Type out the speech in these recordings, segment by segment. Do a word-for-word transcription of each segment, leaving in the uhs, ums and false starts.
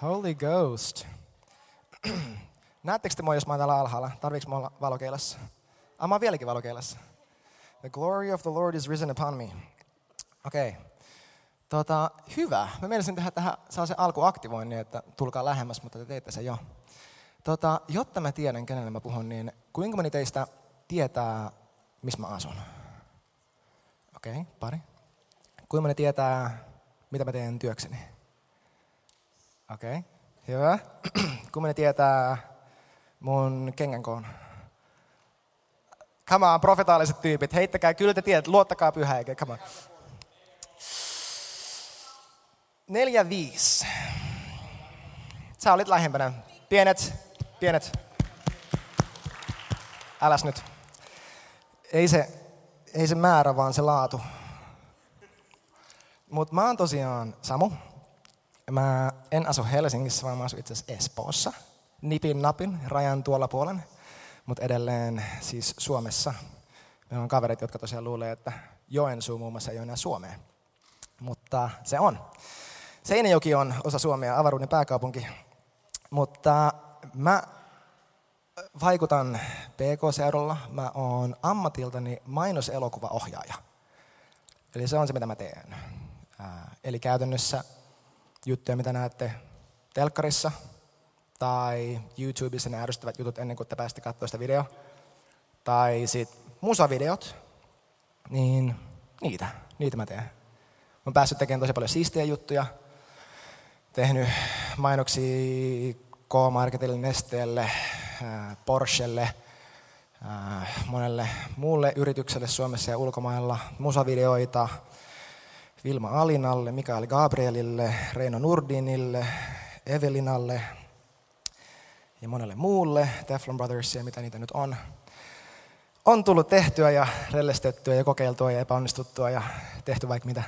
Holy Ghost. Näettekö te mua, jos mä oon täällä alhaalla? Tarviiks mä olla valokeilassa? Ah, mä oon vieläkin valokeilassa. The glory of the Lord is risen upon me. Okei. Okay. Tota, hyvä. Mä meinasin tehdä tähän sellaisen alkuaktivoinnin, että tulkaa lähemmäs, mutta te teitte sen jo. Tota, jotta mä tiedän, kenelle mä puhun, niin kuinka moni teistä tietää, missä mä asun? Okei, okay, pari. Kuinka moni tietää, mitä mä teen työkseni? Okei, okay, hyvä. Kuinka moni tietää mun kengänkoon? Come on, profetaaliset tyypit. Heittäkää, kyllä te tiedät, luottakaa pyhä eikä. Come on. Neljä, viisi. Sä olit lähempänä. Pienet, pienet. Äläs nyt. Ei se, ei se määrä, vaan se laatu. Mut mä oon tosiaan Samu. Mä en asu Helsingissä, vaan mä asun itse asiassa Espoossa. Nipin napin, rajan tuolla puolen. Mutta edelleen siis Suomessa. Meillä on kaverit, jotka tosiaan luulee, että Joensuu muun muassa ei ole enää Suomea. Mutta se on. Seinäjoki on osa Suomea, avaruuden pääkaupunki. Mutta mä vaikutan P K-seudulla. Mä oon ammatiltani mainoselokuvaohjaaja. Eli se on se, mitä mä teen. Ää, eli käytännössä juttuja, mitä näette telkkarissa tai YouTubessa ne ärsyttävät jutut ennen kuin te pääsitte katsoa sitä videoa. Tai sit musavideot, niin niitä, niitä mä teen. Mä oon päässyt tekemään tosi paljon siistejä juttuja. Tehnyt mainoksia K-Marketille, Nesteelle, Porschelle, monelle muulle yritykselle Suomessa ja ulkomailla. Musavideoita Vilma Alinalle, Mikael Gabrielille, Reino Nurdinille, Evelinalle ja monelle muulle, Teflon Brothers ja mitä niitä nyt on. On tullut tehtyä ja rellestettyä ja kokeiltua ja epäonnistuttua ja tehty vaikka mitä.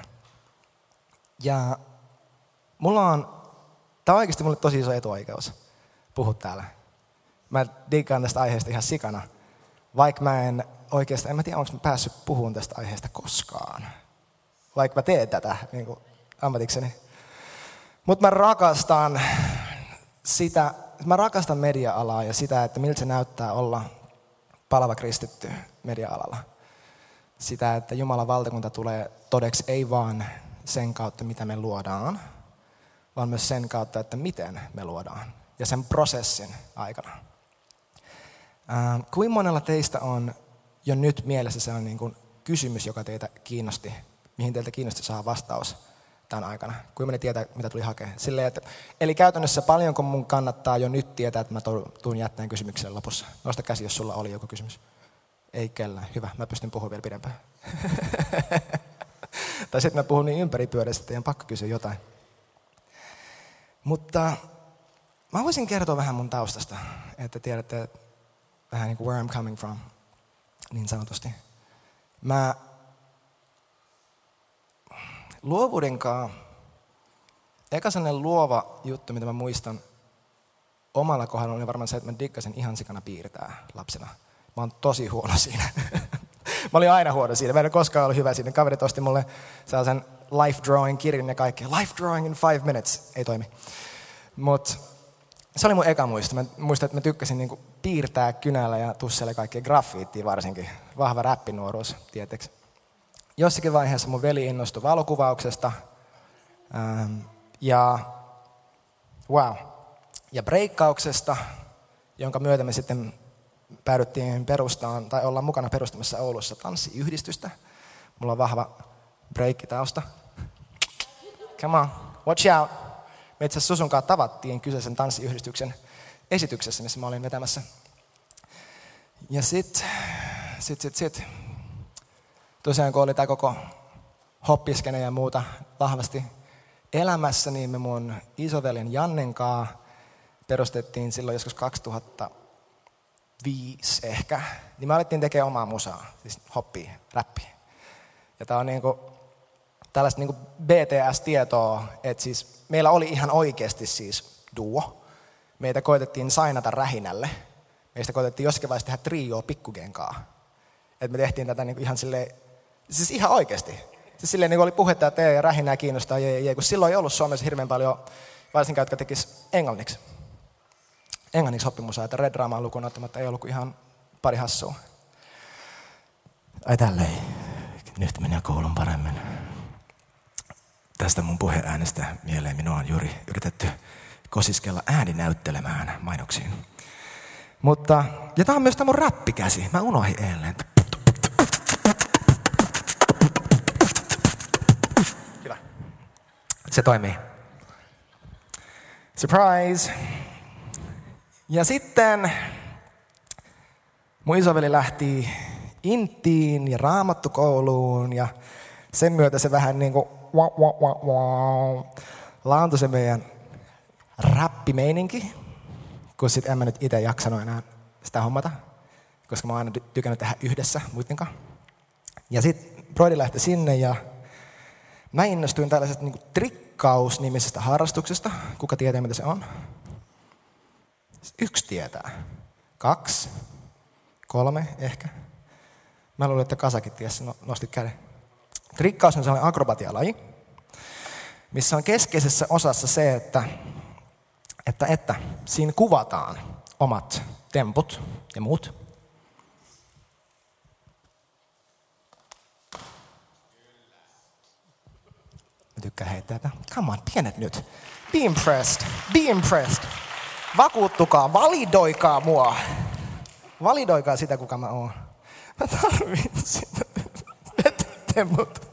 Ja mulla on, tää on oikeasti mulle tosi iso etuoikeus puhua täällä. Mä diggaan tästä aiheesta ihan sikana, vaikka mä en oikeastaan, en mä tiedä, onko mä päässyt puhumaan tästä aiheesta koskaan. Vaikka mä teen tätä niin kuin ammatikseni. Mutta mä rakastan sitä, mä rakastan media-alaa ja sitä, että miltä se näyttää olla palava kristitty media-alalla. Sitä, että Jumalan valtakunta tulee todeksi ei vaan sen kautta, mitä me luodaan, vaan myös sen kautta, että miten me luodaan. Ja sen prosessin aikana. Ää, kuinka monella teistä on jo nyt mielessä sellainen niin kuin kysymys, joka teitä kiinnosti, mihin teiltä kiinnosti saa vastaus tämän aikana? Kuinka moni tietää, mitä tuli hakea? Silleen, että, eli käytännössä paljonko mun kannattaa jo nyt tietää, että mä tuun jättämään kysymykselle lopussa? Nosta käsi, jos sulla oli joku kysymys. Ei kellään. Hyvä, mä pystyn puhumaan vielä pidempään. Tai sitten mä puhun niin ympäripyörästä, että ei ole pakko kysyä jotain. Mutta mä voisin kertoa vähän mun taustasta, että tiedätte vähän niin kuin where I'm coming from, niin sanotusti. Mä luovuudenkaan, eka sellainen luova juttu, mitä mä muistan omalla kohdalla, oli varmaan se, että mä diggasin ihan sikana piirtää lapsena. Mä oon tosi huono siinä. Mä olin aina huono siinä. Mä en ole koskaan ollut hyvä siinä. Kaverit osti mulle sellaisen life drawing kirjan ja kaikkea. Life drawing in five minutes. Ei toimi. Mut se oli mun eka muisto. Mä muistan, että mä tykkäsin niinku piirtää kynällä ja tussella kaikkea graffiittia varsinkin. Vahva räppinuoruus, tieteksi. Jossakin vaiheessa mun veli innostui valokuvauksesta. Ähm, ja wow. Ja breikkauksesta, jonka myötä me sitten päädyttiin perustaan, tai ollaan mukana perustamassa Oulussa tanssiyhdistystä. Mulla on vahva breikkitausta. Come on, watch out. Me itse asiassa Susun kanssa tavattiin kyseisen tanssiyhdistyksen esityksessä, missä mä olin vetämässä. Ja sit, sit, sit, sit. Tosiaan kun oli tää koko hoppiskene ja muuta vahvasti elämässä, niin me mun isoveljen Jannen kanssa perustettiin silloin joskus kaksituhattaviisi ehkä, niin me alettiin tekemään omaa musaa, siis hoppia, räppiä. Ja tää on niinku tällaista niinku B T S-tietoa, että siis meillä oli ihan oikeasti siis duo. Meitä koitettiin sainata rähinälle. Meistä koitettiin jossakin vaiheessa tehdä trioa pikkugenkaa. Että me tehtiin tätä niinku ihan silleen, siis ihan oikeasti. Siis silleen niinku oli puhetta, että ei rähinää kiinnostaa, jee, jee, kun silloin ei ollut Suomessa hirveän paljon varsinkaan jotka tekis englanniksi. Englanniksi oppimusaa, että Red Draamaa lukuun ottamatta ei ollut kuin ihan pari hassua. Ai tälleen. Nyt menee koulun paremmin. Tästä mun puheäänestä mieleen minua on juuri yritetty kosiskella ääninäyttelemään mainoksiin. Mutta, ja tää on myös tää mun räppikäsi. Mä unohdin eilen. Hyvä. Se toimii. Surprise! Ja sitten mun isoveli lähti Intiin ja raamattukouluun ja sen myötä se vähän niin kuin wah, wah, wah, wah, laantui se meidän räppimeininki, kun sit en mä nyt itse jaksanut enää sitä hommata, koska mä oon aina tykännyt tehdä yhdessä muiden kanssa. Ja sit Brody lähti sinne ja mä innostuin tällaisesta niin kuin trikkaus-nimisestä harrastuksesta. Kuka tietää, mitä se on? Yksi tietää. Kaksi. Kolme ehkä. Mä luulen, että Kasakin tiesi, no, nostit käden. Trikkaus on sellainen akrobatialaji, missä on keskeisessä osassa se, että, että, että siinä kuvataan omat temput ja muut. Mä tykkään heittää tätä. Come on, pienet nyt. Be impressed. Be impressed. Vakuuttukaa, validoikaa mua. Validoikaa sitä, kuka mä oon. Mä tarvitsen sitä. Temmut.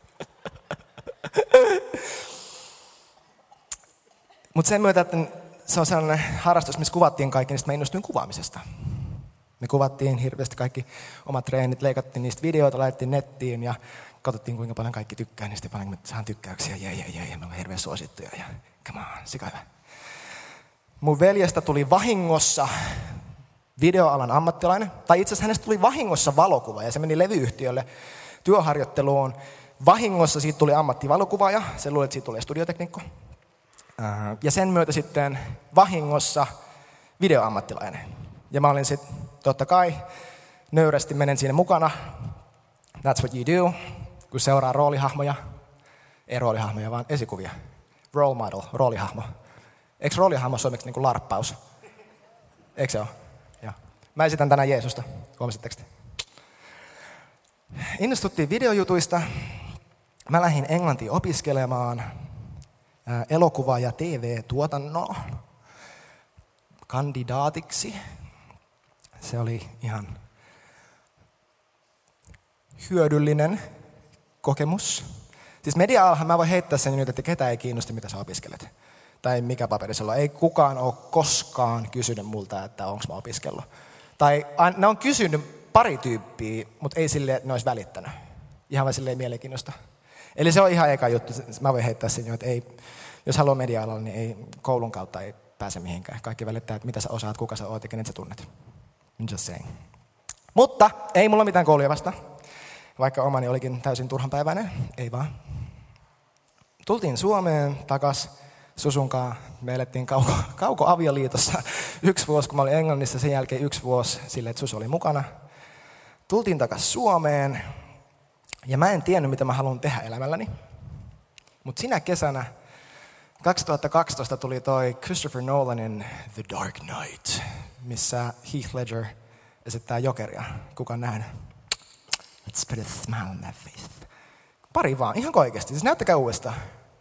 Mutta sen myötä, että se on sellainen harrastus, missä kuvattiin kaikki, niin mä innostuin kuvaamisesta. Me kuvattiin hirveästi kaikki omat treenit, leikattiin niistä videoita, laitettiin nettiin ja katsottiin, kuinka paljon kaikki tykkää niistä ja paljon me saan tykkäyksiä. Jee, jee, jee, me ollaan hirveän suosittuja ja come on, sika hyvä. Mun veljestä tuli vahingossa videoalan ammattilainen, tai itse asiassa hänestä tuli vahingossa valokuva ja se meni levyyhtiölle työharjoitteluun. Vahingossa siitä tuli ammattivalokuvaaja, se luuli, että siitä tulee studioteknikko. Ja sen myötä sitten vahingossa videoammattilainen. Ja mä olin sitten totta kai nöyrästi menen siinä mukana. That's what you do, kun seuraa roolihahmoja. Ei roolihahmoja, vaan esikuvia. Role model, roolihahmo. Eikö roolihahmo suomeksi niin kuin larppaus? Eikö se ole? Joo. Mä esitän tänään Jeesusta. Huomasitteko te? Innostuttiin videojutuista. Mä lähdin Englantiin opiskelemaan elokuva- ja T V-tuotannon kandidaatiksi. Se oli ihan hyödyllinen kokemus. Siis media-alahan mä voin heittää sen nyt, että ketä ei kiinnosta, mitä sä opiskelet. Tai mikä paperi sulla on. Ei kukaan ole koskaan kysynyt multa, että onko mä opiskellut. Tai ne on kysynyt pari tyyppiä, mutta ei silleen, että ne olisi välittänyt. Ihan vaan silleen mielenkiinnosta. Eli se on ihan eka juttu. Mä voin heittää sen jo, että ei, jos haluaa media-alalla, niin ei, koulun kautta ei pääse mihinkään. Kaikki välittää, että mitä sä osaat, kuka sä oot ja kenet sä tunnet. I'm just saying. Mutta ei mulla mitään kouluja vasta. Vaikka omani olikin täysin turhanpäiväinen. Ei vaan. Tultiin Suomeen takas Susunkaan. Me elettiin kauko, kauko-avioliitossa yksi vuosi, kun mä olin Englannissa. Sen jälkeen yksi vuosi sille, että Susu oli mukana. Tultiin takas Suomeen. Ja mä en tiennyt, mitä mä haluan tehdä elämälläni. Mutta sinä kesänä kaksituhattakaksitoista tuli toi Christopher Nolanin The Dark Knight, missä Heath Ledger esittää Jokeria. Kuka on nähnyt? Let's put a smile on that face. Pari vaan, ihan oikeasti. Siis näyttäkää uudestaan.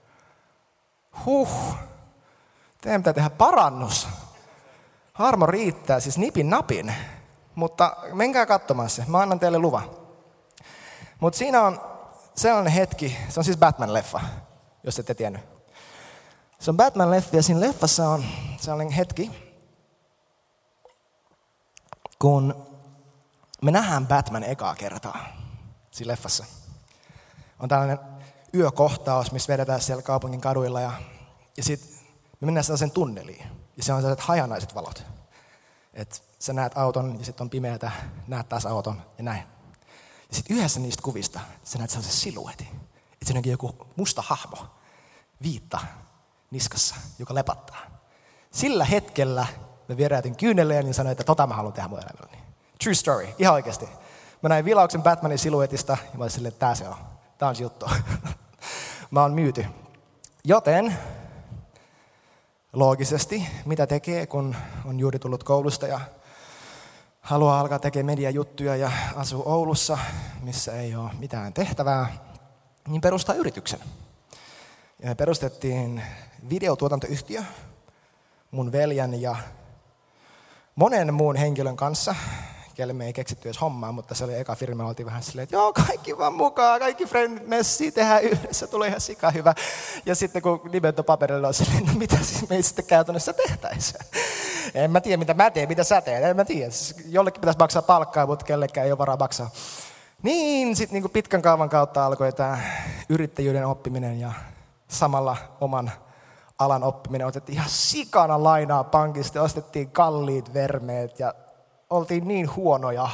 Huh. Teidän pitää tehdä parannus. Harmo riittää, siis nipin napin. Mutta menkää katsomaan se. Mä annan teille luvan. Mutta siinä on sellainen hetki, se on siis Batman-leffa, jos ette tiennyt. Se on Batman-leffa ja siinä leffassa on sellainen hetki, kun me nähdään Batman ekaa kertaa siinä leffassa. On tällainen yökohtaus, missä vedetään siellä kaupungin kaduilla ja, ja sitten me mennään sellaisen tunneliin. Ja se on sellaiset hajanaiset valot. Että sä näet auton ja sitten on pimeätä, näet taas auton ja näin. Ja sitten yhdessä niistä kuvista sä näet sellaisen siluetin. Että siinä onkin joku musta hahmo, viitta niskassa, joka lepattaa. Sillä hetkellä mä vieräytin kyynelleen ja sanoin, että tota mä haluan tehdä mun elämälläni. True story, ihan oikeasti. Mä näin vilauksen Batmanin siluetista ja mä olin silleen, että tää se on. Tää on se juttu. Mä oon myyty. Joten loogisesti, mitä tekee, kun on juuri tullut koulusta ja haluaa alkaa tekemään mediajuttuja ja asuu Oulussa, missä ei ole mitään tehtävää, niin perustaa yrityksen. Ja me perustettiin videotuotantoyhtiö mun veljen ja monen muun henkilön kanssa, kelle me ei keksitty edes hommaa, mutta se oli eka firma, oltiin vähän silleen, että joo, kaikki vaan mukaan, kaikki friendit messiin, tehdään yhdessä, tulee ihan sika hyvä. Ja sitten kun nimet on paperilla, on silleen, no mitä siis me ei sitten käytännössä tehtäisi? En mä tiedä, mitä mä teen, mitä sä teet, en mä tiedä. Jollekin pitäisi maksaa palkkaa, mutta kellekään ei ole varaa maksaa. Niin, sitten niin pitkän kaavan kautta alkoi tämä yrittäjyyden oppiminen ja samalla oman alan oppiminen. Otettiin ihan sikana lainaa pankista, ostettiin kalliit vermeet ja oltiin niin huonoja.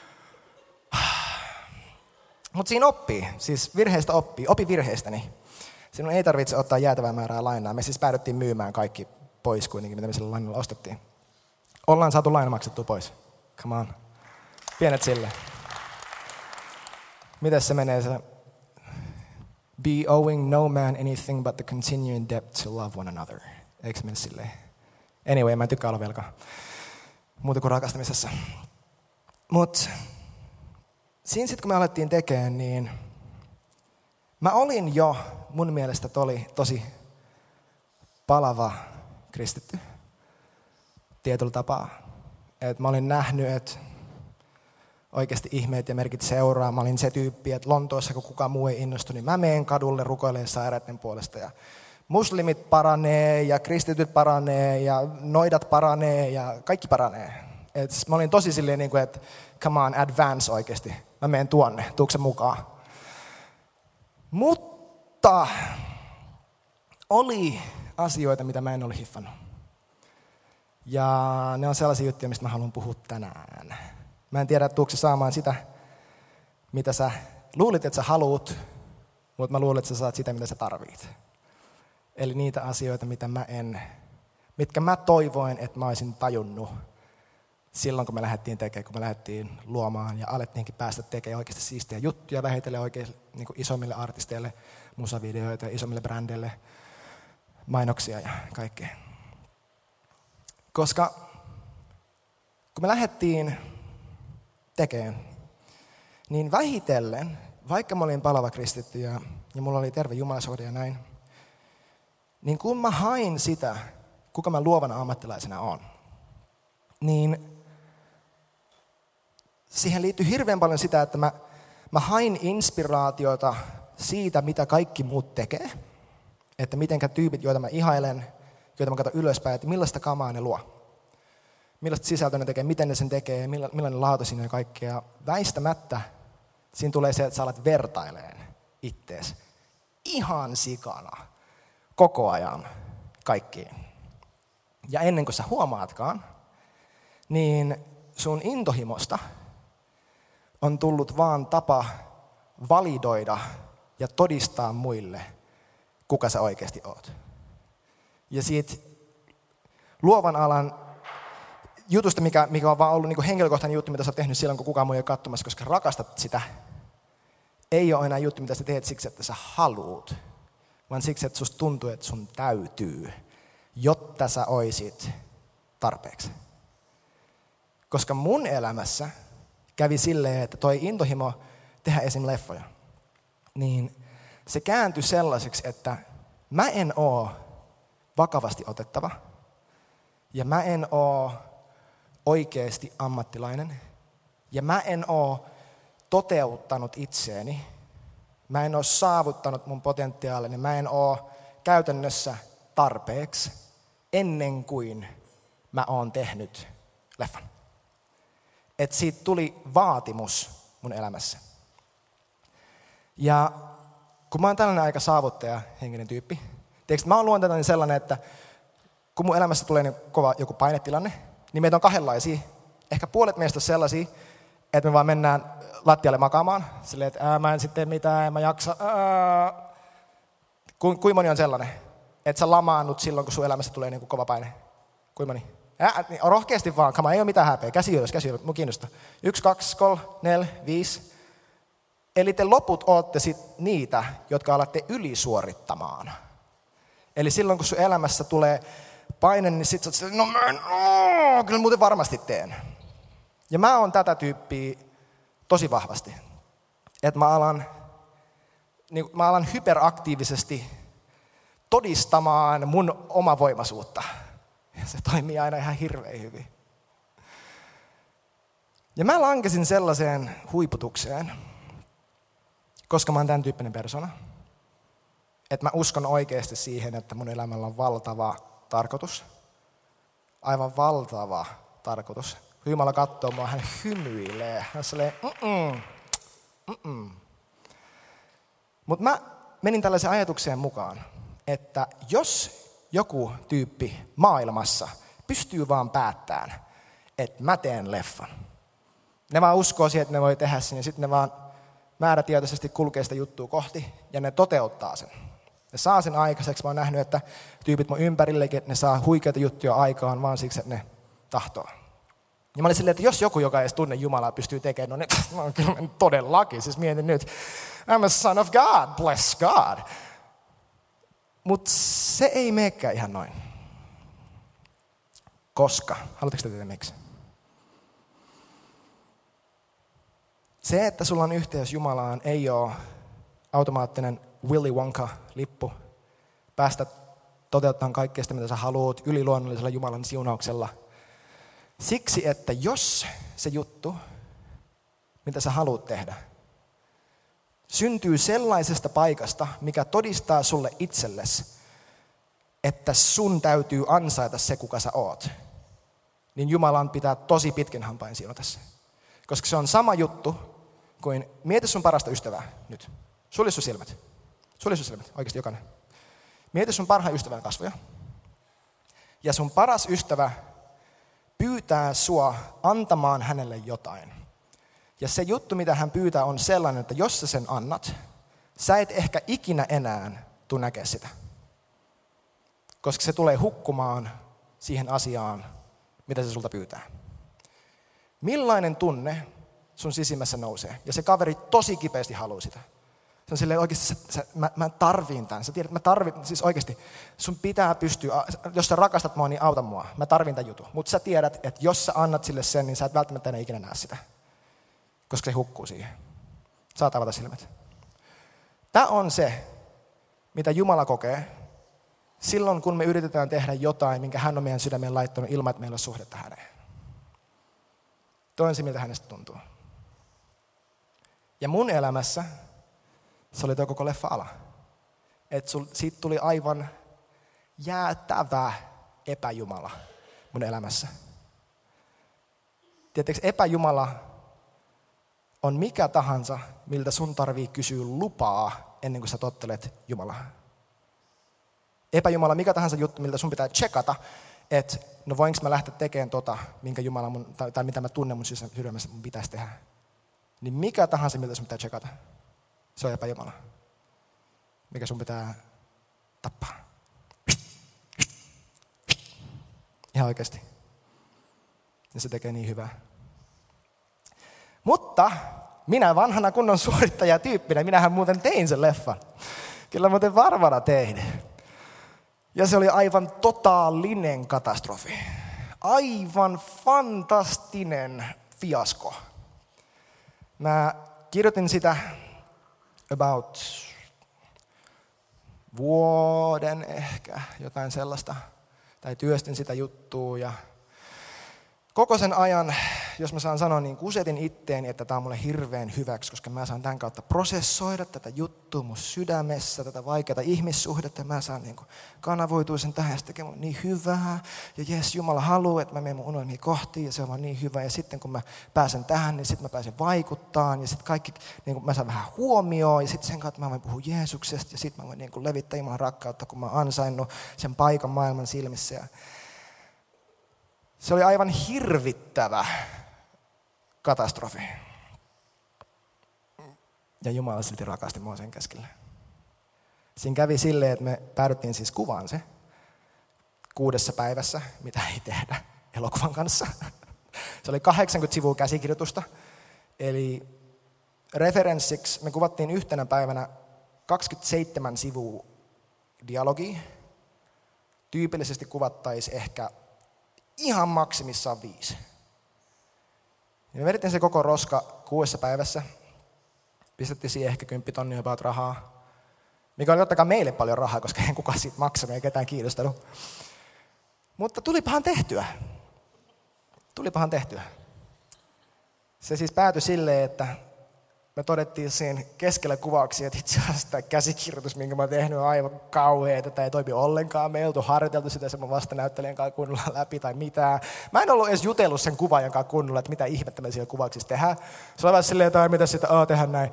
Mutta siinä oppii, siis virheistä oppii, opi virheistäni. Sinun ei tarvitse ottaa jäätävää määrää lainaa. Me siis päädyttiin myymään kaikki pois kuitenkin, mitä me sillä lainalla ostettiin. Ollaan saatu laina maksettua pois. Come on. Pienet sille. Mites se menee se? Be owing no man anything but the continuing debt to love one another. Eikö se mene silleen? Anyway, mä en tykkää olla velkaa. Muuta kuin rakastamisessa. Mut siinä sitten kun me alettiin tekemään, niin mä olin jo mun mielestä toli, tosi palava kristitty tietyllä tapaa. Et mä olin nähnyt, että oikeasti ihmeet ja merkit seuraa. Mä olin se tyyppi, että Lontoossa kun kukaan muu ei innostu, niin mä menen kadulle rukoilemaan sairaiden puolesta. Ja muslimit paranee ja kristityt paranee ja noidat paranee ja kaikki paranee. Et mä olin tosi silleen, että come on, advance oikeasti. Mä menen tuonne, tuutko se mukaan? Mutta oli asioita, mitä mä en ole hiffannut. Ja ne on sellaisia juttuja, mistä mä haluan puhua tänään. Mä en tiedä, tuutko sä saamaan sitä, mitä sä luulit, että sä haluut, mutta mä luulen, että sä saat sitä, mitä sä tarvit. Eli niitä asioita, mitä mä en, mitkä mä toivoin, että mä olisin tajunnut silloin, kun me lähdettiin tekemään, kun me lähdettiin luomaan ja alettiinkin päästä tekemään oikeasti siistejä juttuja, vähitellen oikein niin kuin isommille artisteille, musavideoita, isommille brändeille, mainoksia ja kaikkea. Koska kun me lähdettiin tekemään, niin vähitellen, vaikka mä olin palava kristitty ja, ja mulla oli terve jumalasuhde ja näin, niin kun mä hain sitä, kuka mä luovana ammattilaisena on, niin siihen liittyy hirveän paljon sitä, että mä, mä hain inspiraatiota siitä, mitä kaikki muut tekee. Että mitenkä tyypit, joita mä ihailen, joita mä katson ylöspäin, että millaista kamaa ne luo. Millaista sisältöä ne tekee, miten ne sen tekee, millainen laatu siinä ja kaikkea. Väistämättä siinä tulee se, että sä alat vertaileen ittees ihan sikana koko ajan kaikkiin. Ja ennen kuin sä huomaatkaan, niin sun intohimosta on tullut vaan tapa validoida ja todistaa muille, kuka sä oikeasti oot. Ja siitä luovan alan jutusta, mikä, mikä on vaan ollut niin kuin henkilökohtainen juttu, mitä sä oot tehnyt silloin, kun kukaan muu ei ole katsomassa, koska rakastat sitä, ei ole enää juttu, mitä sä teet siksi, että sä haluut, vaan siksi, että susta tuntuu, että sun täytyy, jotta sä oisit tarpeeksi. Koska mun elämässä kävi silleen, että toi intohimo tehdä esim. Leffoja, niin se kääntyi sellaiseksi, että mä en oo vakavasti otettava ja mä en oo oikeasti ammattilainen ja mä en oo toteuttanut itseäni, mä en oo saavuttanut mun potentiaalini, mä en oo käytännössä tarpeeksi ennen kuin mä oon tehnyt leffan. Että siitä tuli vaatimus mun elämässä. Ja kun mä oon tällainen aika saavuttaja henkinen tyyppi, tiedätkö, mä oon luonteeltani sellainen, että kun mun elämässä tulee niin kova joku painetilanne, niin meitä on kahdenlaisia. Ehkä puolet meistä on sellaisia, että me vaan mennään lattialle makaamaan. Silleen, että ää, mä en sitten mitään, en mä jaksa. Kuinka kui moni on sellainen, että sä lamaannut silloin, kun sun elämässä tulee niin kova paine? Kuinka moni? Ää, niin rohkeasti vaan, kama, ei ole mitään häpeä. Käsi ylös, käsi ylös, mun kiinnostaa. Yksi, kaksi, kolme, neljä, viisi. Eli te loput ootte sit niitä, jotka alatte ylisuorittamaan. Eli silloin, kun sun elämässä tulee paine, niin sit sä oot silleen, no mä en, oo, kyllä muuten varmasti teen. Ja mä oon tätä tyyppiä tosi vahvasti. Että mä alan, niin mä alan hyperaktiivisesti todistamaan mun omavoimaisuutta. Ja se toimii aina ihan hirveän hyvin. Ja mä lankesin sellaiseen huiputukseen, koska mä oon tämän tyyppinen persona, että mä uskon oikeasti siihen, että mun elämällä on valtava tarkoitus. Aivan valtava tarkoitus. Kun Jumala katsoo mua, hän hymyilee. Hän on silleen, mm-mm, mm-mm. Mutta mä menin tällaiseen ajatukseen mukaan, että jos joku tyyppi maailmassa pystyy vaan päättämään, että mä teen leffan. Ne vaan uskoo siihen, että ne voi tehdä sen ja sitten ne vaan määrätietoisesti kulkee sitä juttua kohti ja ne toteuttaa sen. Ne saa sen aikaiseksi. Mä oon nähnyt, että tyypit mun ympärillekin, että ne saa huikeita juttuja aikaan vaan siksi, että ne tahtoo. Ja mä olin silleen, että jos joku, joka ei edes tunne Jumalaa, pystyy tekemään, no niin mä oon kyllä todellakin. Siis mietin nyt, I'm a son of God, bless God. Mutta se ei meekään ihan noin. Koska, haluatteko te tietää miksi? Se, että sulla on yhteys Jumalaan, ei ole automaattinen Willy Wonka-lippu. Päästä toteuttamaan kaikkea sitä, mitä sä haluat, yliluonnollisella Jumalan siunauksella. Siksi, että jos se juttu, mitä sä haluat tehdä, syntyy sellaisesta paikasta, mikä todistaa sulle itsellesi, että sun täytyy ansaita se, kuka sä oot, niin Jumalan pitää tosi pitkin hampain siunata se. Koska se on sama juttu kuin, mieti sun parasta ystävää nyt. Sulje sun silmät. Sulje sun silmät, oikeasti jokainen. Mieti sun parhaan ystävän kasvoja. Ja sun paras ystävä pyytää sua antamaan hänelle jotain. Ja se juttu, mitä hän pyytää, on sellainen, että jos sä sen annat, sä et ehkä ikinä enää tuu näkee sitä. Koska se tulee hukkumaan siihen asiaan, mitä se sulta pyytää. Millainen tunne sun sisimmässä nousee? Ja se kaveri tosi kipeästi haluaa sitä. Se on silleen oikeasti, sä, sä, mä, mä tarvin tämän. Sä tiedät, mä tarvin, siis oikeasti, sun pitää pystyä, jos sä rakastat mua, niin auta mua. Mä tarvin tämän jutun. Mutta sä tiedät, että jos sä annat sille sen, niin sä et välttämättä enää ikinä näe sitä. Koska se hukkuu siihen. Saat avata silmät. Tämä on se, mitä Jumala kokee silloin, kun me yritetään tehdä jotain, minkä hän on meidän sydämeen laittanut ilman, että meillä on suhdetta häneen. Toi on se, miltä hänestä tuntuu. Ja mun elämässä se oli tuo koko leffa ala. Että siitä tuli aivan jäätävä epäjumala mun elämässä. Tiedättekö, epäjumala on mikä tahansa, miltä sun tarvii kysyä lupaa ennen kuin sä tottelet Jumalaa. Epäjumala, mikä tahansa juttu, miltä sun pitää tsekata, että no voinko mä lähteä tekemään tota, minkä Jumala mun, tai, tai mitä mä tunnen mun sydämessä mun pitäisi tehdä. Niin mikä tahansa, miltä sun pitää tsekata, se on epäjumala. Mikä sun pitää tappaa. Ihan oikeasti. Ja se tekee niin hyvää. Mutta minä vanhana kunnon suorittajatyyppinä, minähän muuten tein sen leffan. Kyllä muuten varmana tein. Ja se oli aivan totaalinen katastrofi. Aivan fantastinen fiasko. Mä kirjoitin sitä about vuoden ehkä, jotain sellaista. Tai työstin sitä juttua ja koko sen ajan, jos mä saan sanoa, niin kusetin itteeni, että tämä on mulle hirveän hyväksi, koska mä saan tämän kautta prosessoida tätä juttua mun sydämessä, tätä vaikeaa ihmissuhdetta. Mä saan niin kuin kanavoitua sen tähän ja se tekee mulle niin hyvää. Ja jes, Jumala haluaa, että mä menen mun unelmiin kohti ja se on vaan niin hyvä. Ja sitten kun mä pääsen tähän, niin sitten mä pääsen vaikuttamaan ja sitten kaikki, niin kuin mä saan vähän huomioon ja sitten sen kautta mä voin puhua Jeesuksesta ja sitten mä voin niin kuin levittää Jumalan rakkautta, kun mä oon ansainnut sen paikan maailman silmissä. Ja se oli aivan hirvittävä katastrofi. Ja Jumala silti rakasti mua sen keskellä. Siinä kävi silleen, että me päädyttiin siis kuvaan se kuudessa päivässä, mitä ei tehdä elokuvan kanssa. Se oli kahdeksankymmentä sivua käsikirjoitusta. Eli referenssiksi me kuvattiin yhtenä päivänä kaksikymmentäseitsemän sivua dialogia tyypillisesti kuvattaisiin ehkä ihan maksimissaan viisi. Ja me vedettiin se koko roska kuudessa päivässä. Pistettiin siihen ehkä kymppitonnia about rahaa. Mikä oli totta kai meille paljon rahaa, koska ei kukaan siitä maksanut, ei ketään kiinnostanut. Mutta tulipahan tehtyä. Tulipahan tehtyä. Se siis päätyi silleen, että me todettiin siinä keskellä kuvauksia, että itse asiassa tämä käsikirjoitus, minkä mä oon tehnyt, on aivan kauhea. Tätä ei toimi ollenkaan. Me ei oltu harjoiteltu sitä sen vastanäyttelijän kanssa kunnolla läpi tai mitään. Mä en ollut edes jutellut sen kuvaajan kanssa kunnolla, että mitä ihmettä me siellä kuvauksissa tehdään. Se oli vaan silleen, että mitä sitä, aah, tehdään näin.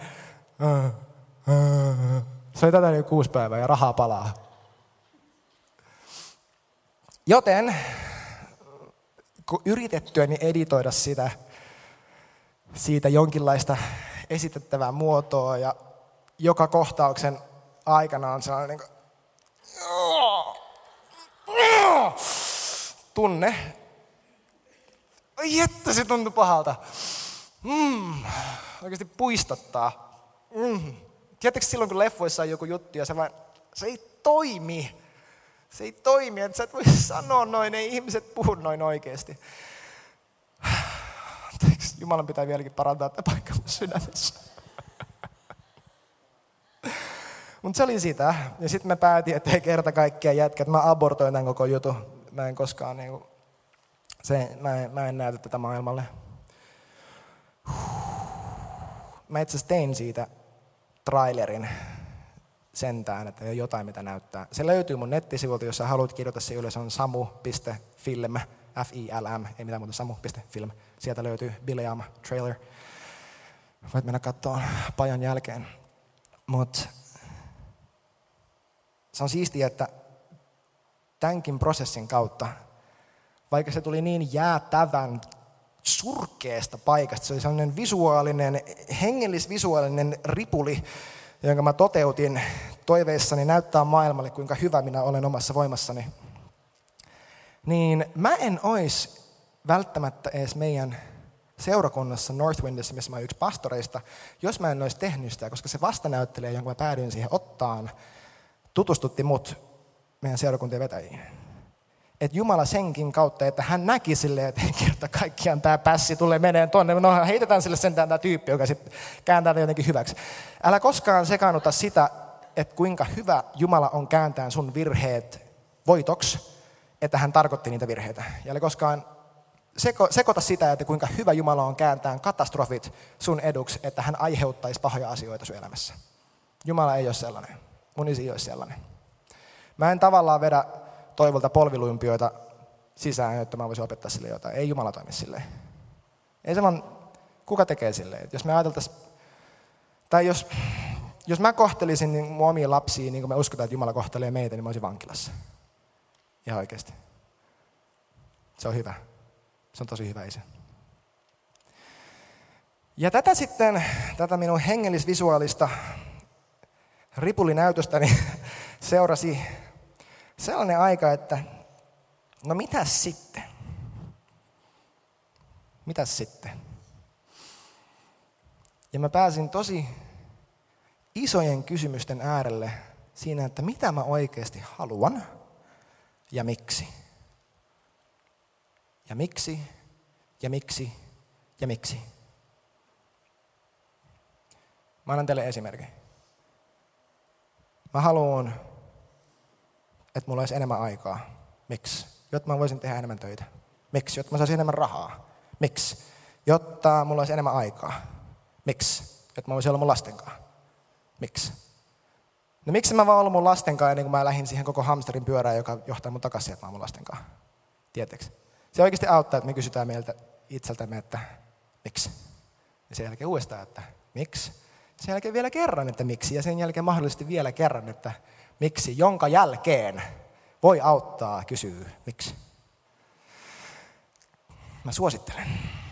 Se oli tätä niin kuusi päivää ja rahaa palaa. Joten, kun yritettyäni editoida sitä, siitä jonkinlaista esitettävää muotoa ja joka kohtauksen aikana on sellainen niin kuin, tunne. Ai että se tuntui pahalta. Mm, oikeasti puistottaa. Mm. Tiedättekö silloin, kun leffoissa on joku juttu ja se, vaan, se ei toimi. Se ei toimi, että sä et voi sanoa noin, ei ihmiset puhu noin oikeasti. Jumalan pitää vieläkin parantaa tämä paikka mun sydämessä. Mutta se oli sitä. Ja sitten me päätin, että ei kerta kaikkiaan jätkä, että mä abortoin tämän koko jutun. Mä en koskaan niinku, se, mä, en, mä en näytä tätä maailmalle. Mä itse asiassa tein siitä trailerin sentään, että ei ole jotain mitä näyttää. Se löytyy mun nettisivulta, jos sä haluat kirjoita se ylös, on samu piste film, F I L M, ei mitään muuta, samu piste film. Sieltä löytyy Bileama trailer. Voit mennä katsomaan pajan jälkeen. Mut se on siistiä, että tämänkin prosessin kautta, vaikka se tuli niin jäätävän surkeasta paikasta, se oli sellainen visuaalinen, hengellisvisuaalinen ripuli, jonka mä toteutin toiveissani näyttää maailmalle, kuinka hyvä minä olen omassa voimassani, niin mä en ois välttämättä edes meidän seurakunnassa Northwindissa, missä mä oon yksi pastoreista, jos mä en olisi tehnyt sitä, koska se vastanäyttelijä, jonka mä päädyin siihen ottaan, tutustutti mut meidän seurakuntien vetäjiin. Että Jumala senkin kautta, että hän näki silleen, että kerta kaikkiaan tämä pässi tulee meneen tonne. No heitetään sille sentään tämä tyyppi, joka sitten kääntää jotenkin hyväksi. Älä koskaan sekaannuta sitä, että kuinka hyvä Jumala on kääntää sun virheet voitoksi, että hän tarkoitti niitä virheitä. Ja älä koskaan seko, sekoita sitä, että kuinka hyvä Jumala on kääntää katastrofit sun eduksi, että hän aiheuttaisi pahoja asioita sun elämässä. Jumala ei ole sellainen. Mun isi ei ole sellainen. Mä en tavallaan vedä Toivolta polviluimpioita sisään, että mä voisin opettaa sille jotain. Ei Jumala toimi silleen. Ei se vaan, kuka tekee silleen. Jos me ajateltaisiin, tai jos, jos mä kohtelisin niin mun omia lapsia, niin kuin me uskotaan, että Jumala kohtelee meitä, niin mä olisin vankilassa. Ihan oikeasti. Se on hyvä. Se on tosi hyvä isä. Ja tätä sitten, tätä minun hengellisvisuaalista ripulinäytöstäni seurasi sellainen aika, että no mitäs sitten? Mitäs sitten? Ja mä pääsin tosi isojen kysymysten äärelle siinä, että mitä mä oikeasti haluan ja miksi. Ja miksi, ja miksi, ja miksi. Mä annan teille esimerkin. Mä haluan, että mulla olisi enemmän aikaa. Miksi? Jotta mä voisin tehdä enemmän töitä. Miksi? Jotta mä saisin enemmän rahaa. Miksi? Jotta mulla olisi enemmän aikaa. Miksi? Jotta mä voisin olla mun lasten kanssa. Miksi? No miksi mä vaan ollut mun lasten kanssa ennen kuin mä lähdin siihen koko hamsterin pyörään, joka johtaa mun takaisin sieltä mun lasten kanssa. Tiedättekö? Se oikeasti auttaa, että me kysytään meiltä itseltämme, että miksi? Ja sen jälkeen uudestaan, että miksi? Sen jälkeen vielä kerran, että miksi? Ja sen jälkeen mahdollisesti vielä kerran, että miksi? Jonka jälkeen voi auttaa kysyä, miksi? Mä suosittelen.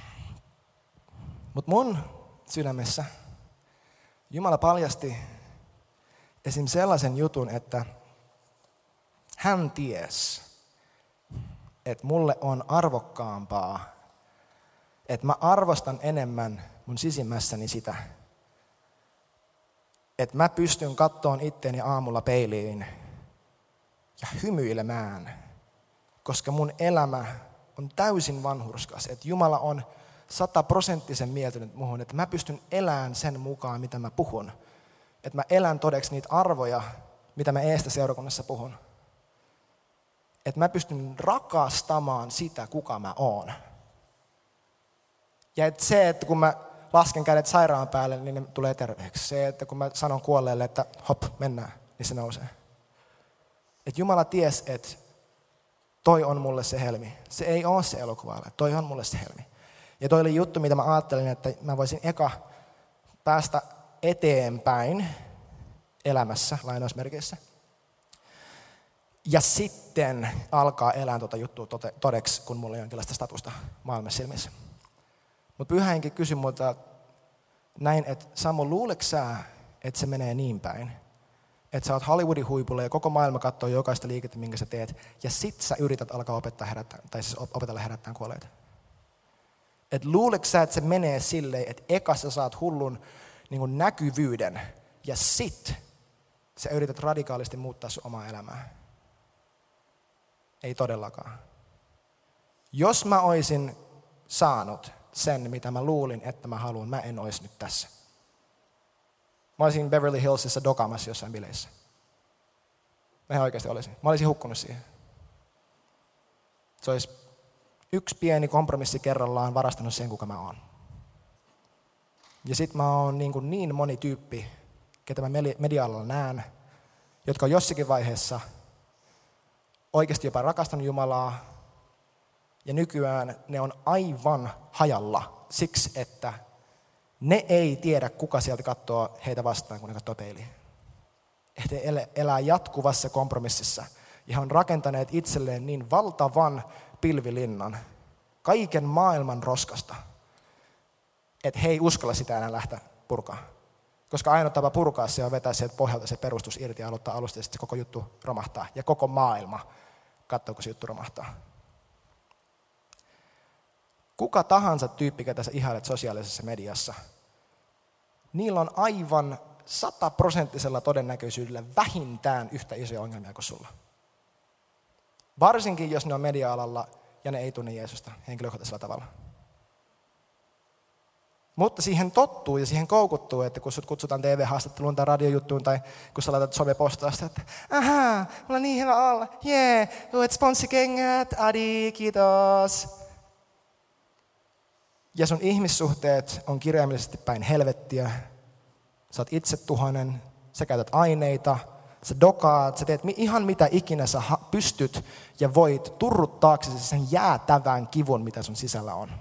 Mutta mun sydämessä Jumala paljasti esim. Sellaisen jutun, että hän ties, että mulle on arvokkaampaa, että mä arvostan enemmän mun sisimmässäni sitä, että mä pystyn kattoon itteeni aamulla peiliin ja hymyilemään, koska mun elämä on täysin vanhurskas, että Jumala on sataprosenttisen mieltynyt muhun, että mä pystyn elämään sen mukaan, mitä mä puhun. Että mä elän todeksi niitä arvoja, mitä mä Eestä seurakunnassa puhun. Että mä pystyn rakastamaan sitä, kuka mä oon. Ja että se, että kun mä lasken kädet sairaan päälle, niin ne tulee terveeksi. Se, että kun mä sanon kuolleelle, että hop, mennään, niin se nousee. Että Jumala ties, että toi on mulle se helmi. Se ei ole se elokuva, toi on mulle se helmi. Ja toi oli juttu, mitä mä ajattelin, että mä voisin eka päästä eteenpäin elämässä, lainausmerkeissä. Ja sitten alkaa elää tuota juttua todeksi, kun mulla on jonkinlaista statusta maailmassa silmissä. Mutta Pyhä Henki kysyi multa näin, että Samu, luuleeko sä, että se menee niin päin, että sä oot Hollywoodin huipulla ja koko maailma katsoo jokaista liikettä, minkä sä teet, ja sit sä yrität alkaa opettaa herättää, tai siis opetella herättämään kuolleita. Että luuleeko sä, että se menee silleen, että eka sä saat hullun niin kuin näkyvyyden, ja sit sä yrität radikaalisti muuttaa sun omaa elämää. Ei todellakaan. Jos mä oisin saanut sen, mitä mä luulin, että mä haluan, mä en ois nyt tässä. Mä olisin Beverly Hillsissa dokaamassa jossain bileissä. Mä ihan oikeasti olisin. Mä olisin hukkunut siihen. Se olisi yksi pieni kompromissi kerrallaan varastanut sen, kuka mä oon. Ja sit mä oon niin, kuin niin moni tyyppi, ketä mä media-alalla näen, jotka on jossakin vaiheessa oikeasti jopa rakastanut Jumalaa, ja nykyään ne on aivan hajalla siksi, että ne ei tiedä, kuka sieltä katsoo heitä vastaan, kun ne katsoo peiliin. Että he elää jatkuvassa kompromississa. Ja he on rakentaneet itselleen niin valtavan pilvilinnan, kaiken maailman roskasta, että he ei uskalla sitä enää lähteä purkaa. Koska ainoa tapa purkaa se on vetää sieltä pohjalta se perustus irti ja aloittaa alusta, ja sitten se koko juttu romahtaa. Ja koko maailma katsoo, kun se juttu romahtaa. Kuka tahansa tyyppi, ketä sä ihailet sosiaalisessa mediassa, niillä on aivan sataprosenttisella todennäköisyydellä vähintään yhtä isoja ongelmia kuin sulla. Varsinkin, jos ne on media-alalla ja ne ei tunne Jeesusta henkilökohtaisella tavalla. Mutta siihen tottuu ja siihen koukuttuu, että kun sut kutsutaan T V-haastatteluun tai radiojuttuun tai kun sä laitat somepostausta, että ahaa, mulla on niin hyvä olla, jee, luet sponssikengät, adi, kiitos. Ja sun ihmissuhteet on kirjaimellisesti päin helvettiä. Sä oot itsetuhainen, sä käytät aineita, sä dokaat, sä teet ihan mitä ikinä sä pystyt ja voit turruttaaksesi sen jäätävän kivun, mitä sun sisällä on.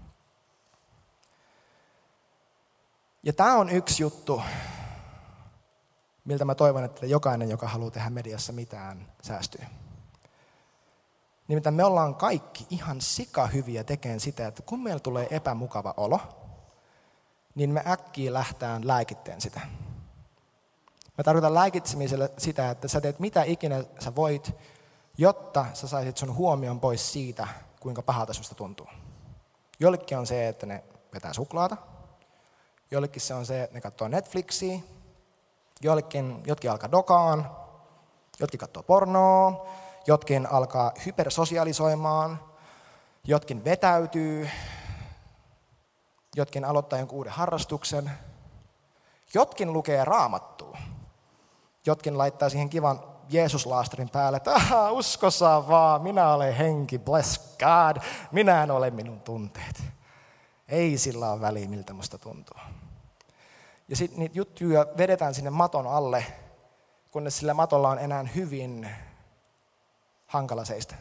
Ja tää on yksi juttu, miltä mä toivon, että jokainen, joka haluaa tehdä mediassa mitään, säästyy. Nimittäin me ollaan kaikki ihan sikahyviä tekemään sitä, että kun meillä tulee epämukava olo, niin me äkkiä lähtään lääkitteen sitä. Me tarkoitan lääkitsemisellä sitä, että sä teet mitä ikinä sä voit, jotta sä saisit sun huomion pois siitä, kuinka pahalta susta tuntuu. Jollekin on se, että ne vetää suklaata. Jollekin se on se, että ne katsoo Netflixiä. Jollekin, jotkin alkaa dokaan. Jotkin katsoo pornoa. Jotkin alkaa hypersosialisoimaan. Jotkin vetäytyy. Jotkin aloittaa jonkun uuden harrastuksen. Jotkin lukee Raamattua. Jotkin laittaa siihen kivan Jeesus-laastarin päälle, että aha, usko saa vaan, minä olen henki, bless God, minä en ole minun tunteet. Ei sillä ole väliä, miltä musta tuntuu. Ja sitten niitä juttuja vedetään sinne maton alle, kunnes sillä matolla on enää hyvin hankala seistä.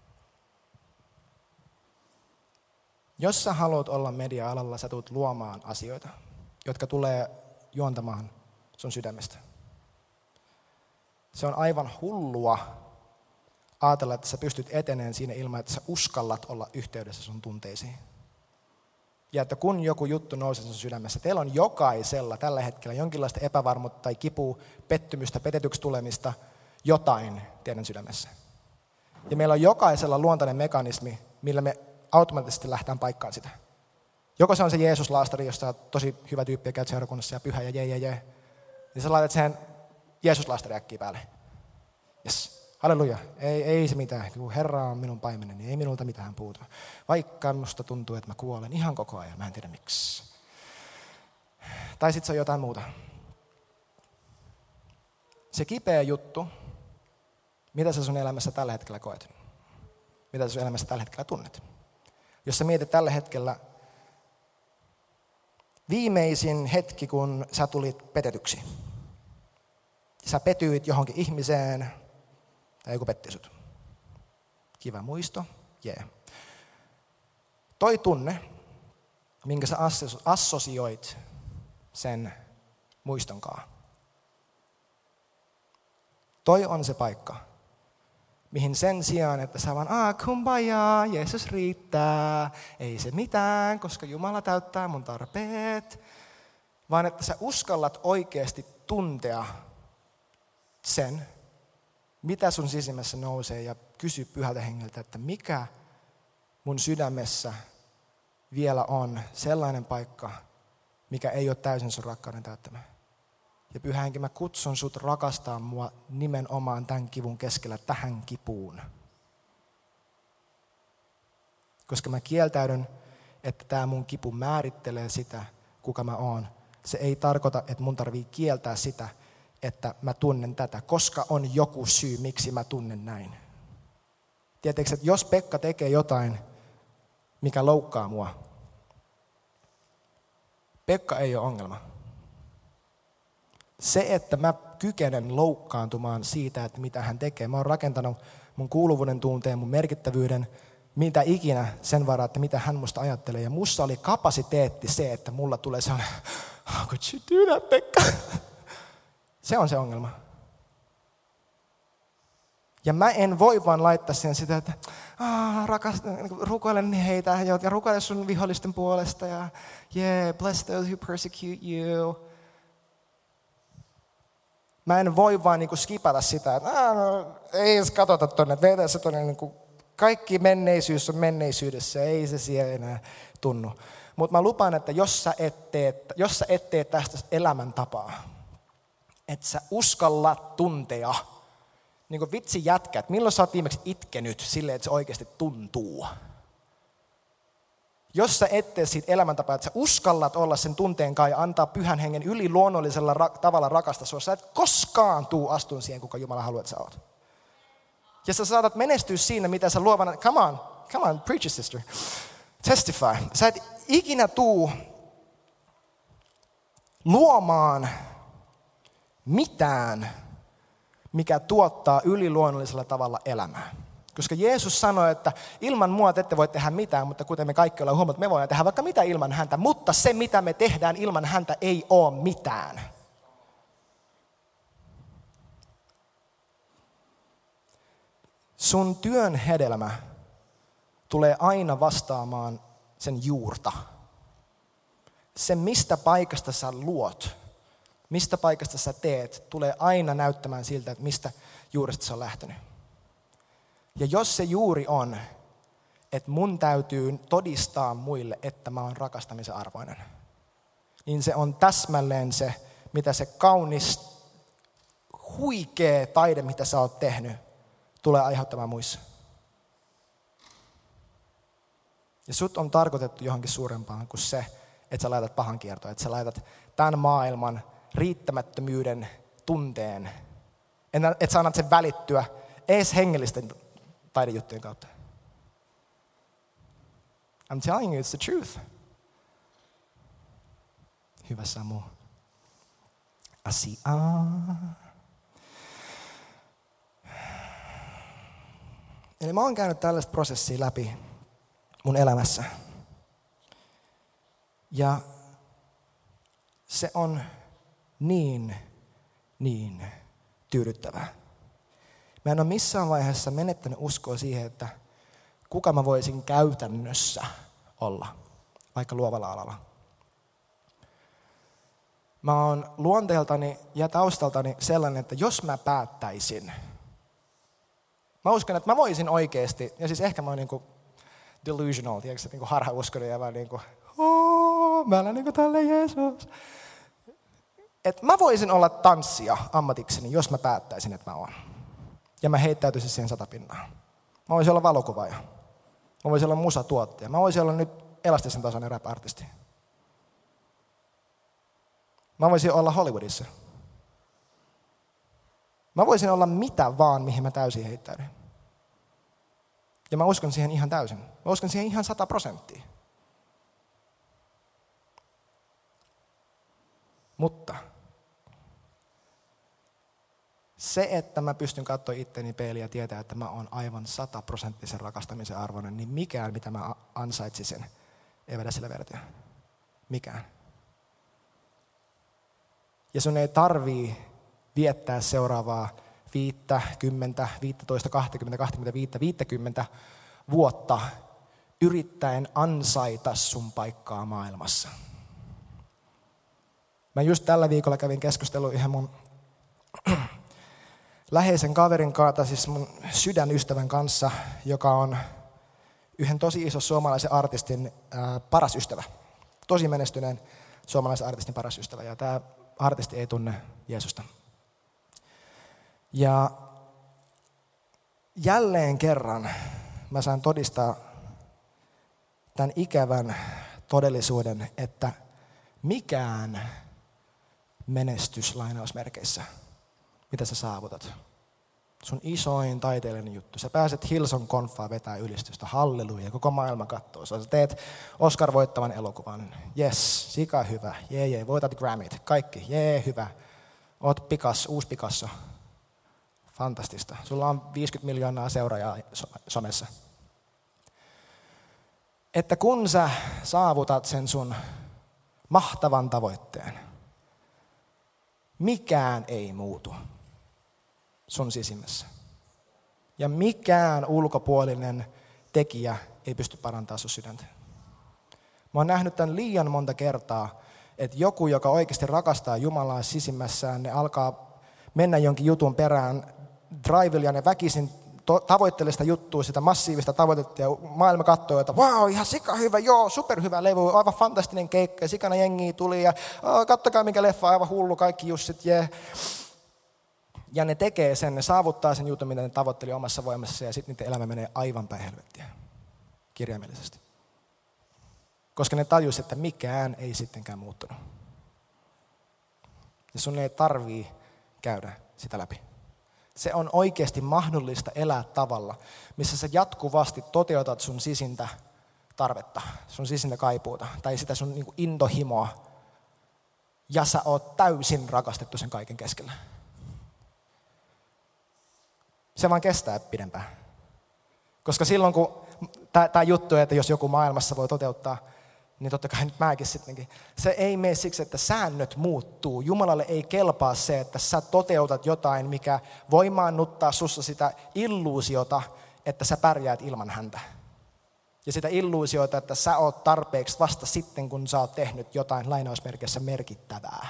Jos sä haluat olla media-alalla, sä tulet luomaan asioita, jotka tulee juontamaan sun sydämestä. Se on aivan hullua ajatella, että sä pystyt eteneen siinä ilman, että sä uskallat olla yhteydessä sun tunteisiin. Ja että kun joku juttu nousee sun sydämessä, teillä on jokaisella tällä hetkellä jonkinlaista epävarmuutta tai kipua, pettymystä, petetyksi tulemista, jotain teidän sydämessä. Ja meillä on jokaisella luontainen mekanismi, millä me automaattisesti lähdetään paikkaan sitä. Joko se on se Jeesus-laastari, jossa on tosi hyvä tyyppi ja käyt seurakunnassa ja pyhä ja jee, jee, jee. Niin sä laitat sen Jeesus-laastari äkkiä päälle. Yes, Halleluja. Ei, ei se mitään. Kun Herra on minun paimeneni, niin ei minulta mitään puutu. Vaikka musta tuntuu, että mä kuolen ihan koko ajan. Mä en tiedä miksi. Tai sitten se on jotain muuta. Se kipeä juttu, mitä sä sun elämässä tällä hetkellä koet? Mitä sä sun elämässä tällä hetkellä tunnet? Jos sä mietit tällä hetkellä viimeisin hetki, kun sä tulit petetyksi. Sä petyit johonkin ihmiseen, tai joku petti sut. Kiva muisto, jee. Yeah. Toi tunne, minkä sä assosioit sen muistonkaan. Toi on se paikka, mihin sen sijaan, että sä vaan, aah, kumbaya, Jeesus riittää, ei se mitään, koska Jumala täyttää mun tarpeet, vaan että sä uskallat oikeasti tuntea sen, mitä sun sisimmässä nousee ja kysy Pyhältä Hengeltä, että mikä mun sydämessä vielä on sellainen paikka, mikä ei ole täysin sun rakkauden täyttämä. Ja Pyhä Henki, mä kutsun sut rakastaa mua nimenomaan tämän kivun keskellä tähän kipuun. Koska mä kieltäydyn, että tämä mun kipu määrittelee sitä, kuka mä oon. Se ei tarkoita, että mun tarvii kieltää sitä, että mä tunnen tätä, koska on joku syy, miksi mä tunnen näin. Tiedättekö, että jos Pekka tekee jotain, mikä loukkaa mua, Pekka ei ole ongelma. Se, että mä kykenen loukkaantumaan siitä, että mitä hän tekee. Mä oon rakentanut mun kuuluvuuden tunteen, mun merkittävyyden, mitä ikinä sen varaa, että mitä hän musta ajattelee. Ja musta oli kapasiteetti se, että mulla tulee sellainen, how could you do that, Pekka? Se on se ongelma. Ja mä en voi vaan laittaa siihen sitä, että ah, rakas, rukoilen heitä ja rukoile sun vihollisten puolesta ja yeah, bless those who persecute you. Mä en voi vaan niinku skipata sitä, että ah, no, ei edes katsota tuonne, että vedetään se tuonne, niinku, kaikki menneisyys on menneisyydessä, ei se siellä enää tunnu. Mutta mä lupaan, että jos sä et tee, jos sä et tee tästä elämäntapaa, että sä uskallat tuntea, niin kuin vitsi jätkä, että milloin sä oot viimeksi itkenyt silleen, että se oikeasti tuntuu. Jos sä et tee siitä elämäntapaa, että sä uskallat olla sen tunteen kai ja antaa Pyhän Hengen yliluonnollisella ra- tavalla rakastaa sua, sä et koskaan tuu astun siihen, kuka Jumala haluaa, että sä oot. Ja sä saatat menestyä siinä, mitä sä luovana, come on, come on, preach it, sister, testify. Sä et ikinä tuu luomaan mitään, mikä tuottaa yliluonnollisella tavalla elämää. Koska Jeesus sanoi, että ilman mua te ette voi tehdä mitään, mutta kuten me kaikki ollaan huomannut, me voidaan tehdä vaikka mitä ilman häntä, mutta se mitä me tehdään ilman häntä ei ole mitään. Sun työn hedelmä tulee aina vastaamaan sen juurta. Se mistä paikasta sä luot, mistä paikasta sä teet, tulee aina näyttämään siltä, että mistä juuresta se on lähtenyt. Ja jos se juuri on, että mun täytyy todistaa muille, että mä oon rakastamisen arvoinen, niin se on täsmälleen se, mitä se kaunis, huikea taide, mitä sä oot tehnyt, tulee aiheuttamaan muissa. Ja sut on tarkoitettu johonkin suurempaan kuin se, että sä laitat pahan kiertoon, että sä laitat tämän maailman riittämättömyyden tunteen, että sä annat sen välittyä ees hengellisten taidejuttujen kautta. I'm telling you, it's the truth. Hyvä Samu. Asiaa. Eli mä oon käynyt tällaista prosessia läpi mun elämässä. Ja se on niin, niin tyydyttävää. Mä en ole missään vaiheessa menettänyt uskoa siihen, että kuka mä voisin käytännössä olla, vaikka luovalla alalla. Mä oon luonteeltani ja taustaltani sellainen, että jos mä päättäisin, mä uskon, että mä voisin oikeasti, ja siis ehkä mä oon niinku delusional, tiedätkö, niinku harhauskoinen ja vaan niinku, oh, mä olen niinku tälleen Jeesus. Että mä voisin olla tanssija ammatikseni, jos mä päättäisin, että mä oon. ja mä heittäytyisin siihen satapinnaan. Mä voisin olla valokuvaaja. Mä voisin olla musatuottaja. Mä voisin olla nyt elastisen tasoinen rap-artisti. Mä voisin olla Hollywoodissa. Mä voisin olla mitä vaan, mihin mä täysin heittäydyn. Ja mä uskon siihen ihan täysin. Mä uskon siihen ihan sata prosenttia. Mutta se, että mä pystyn katsoa itteni peiliin ja tietää, että mä oon aivan sataprosenttisen rakastamisen arvoinen, niin mikään, mitä mä ansaitsisin, ei vedä sillä vertoja. Mikään. Ja sun ei tarvii viettää seuraavaa viittä, kymmentä, viisitoista, kaksikymmentä, kaksikymmentäviisi, viisikymmentä vuotta yrittäen ansaita sun paikkaa maailmassa. Mä just tällä viikolla kävin keskustelua yhden mun läheisen kaverin kanssa, siis mun sydänystävän kanssa, joka on yhden tosi iso suomalaisen artistin ää, paras ystävä. Tosi menestyneen suomalaisen artistin paras ystävä. Ja tämä artisti ei tunne Jeesusta. Ja jälleen kerran mä saan todistaa tämän ikävän todellisuuden, että mikään menestys lainausmerkeissä, mitä sä saavutat. Sun isoin taiteellinen juttu. Sä pääset Hillsong konfaan vetää ylistystä. Halleluja. Koko maailma katsoo. Sä teet Oscar-voittavan elokuvan. Yes, sika hyvä. Jee, jee, voitat Grammyt. Kaikki. Jee, hyvä. Oot Picasso, uusi Picasso. Fantastista. Sulla on viisikymmentä miljoonaa seuraajaa somessa. Että kun sä saavutat sen sun mahtavan tavoitteen, mikään ei muutu sun sisimmässä. Ja mikään ulkopuolinen tekijä ei pysty parantamaan sun sydäntä. Mä oon nähnyt tämän liian monta kertaa, että joku, joka oikeasti rakastaa Jumalaa sisimmässään, ne alkaa mennä jonkin jutun perään drivilla ja ne väkisin tavoittelee sitä juttua, sitä massiivista tavoitetta ja maailma katsoo, että vau, ihan sika hyvä, joo, superhyvä levy, aivan fantastinen keikka ja sikana jengiä tuli ja oh, kattokaa mikä leffa, aivan hullu, kaikki jussit, jee. Yeah. Ja ne tekee sen, ne saavuttaa sen jutun, mitä ne tavoitteli omassa voimassa ja sitten niiden elämä menee aivan päin helvettiä, kirjaimellisesti. Koska ne tajus, että mikään ei sittenkään muuttunut. Ja sun ei tarvii käydä sitä läpi. Se on oikeasti mahdollista elää tavalla, missä sä jatkuvasti toteutat sun sisintä tarvetta, sun sisintä kaipuuta tai sitä sun niinku intohimoa ja sä oot täysin rakastettu sen kaiken keskellä. Se vaan kestää pidempään. Koska silloin kun tämä juttu, että jos joku maailmassa voi toteuttaa, niin totta kai nyt mäkin sittenkin. Se ei mene siksi, että säännöt muuttuu. Jumalalle ei kelpaa se, että sä toteutat jotain, mikä voimaannuttaa sussa sitä illuusiota, että sä pärjäät ilman häntä. Ja sitä illuusiota, että sä oot tarpeeksi vasta sitten, kun sä oot tehnyt jotain lainausmerkissä merkittävää.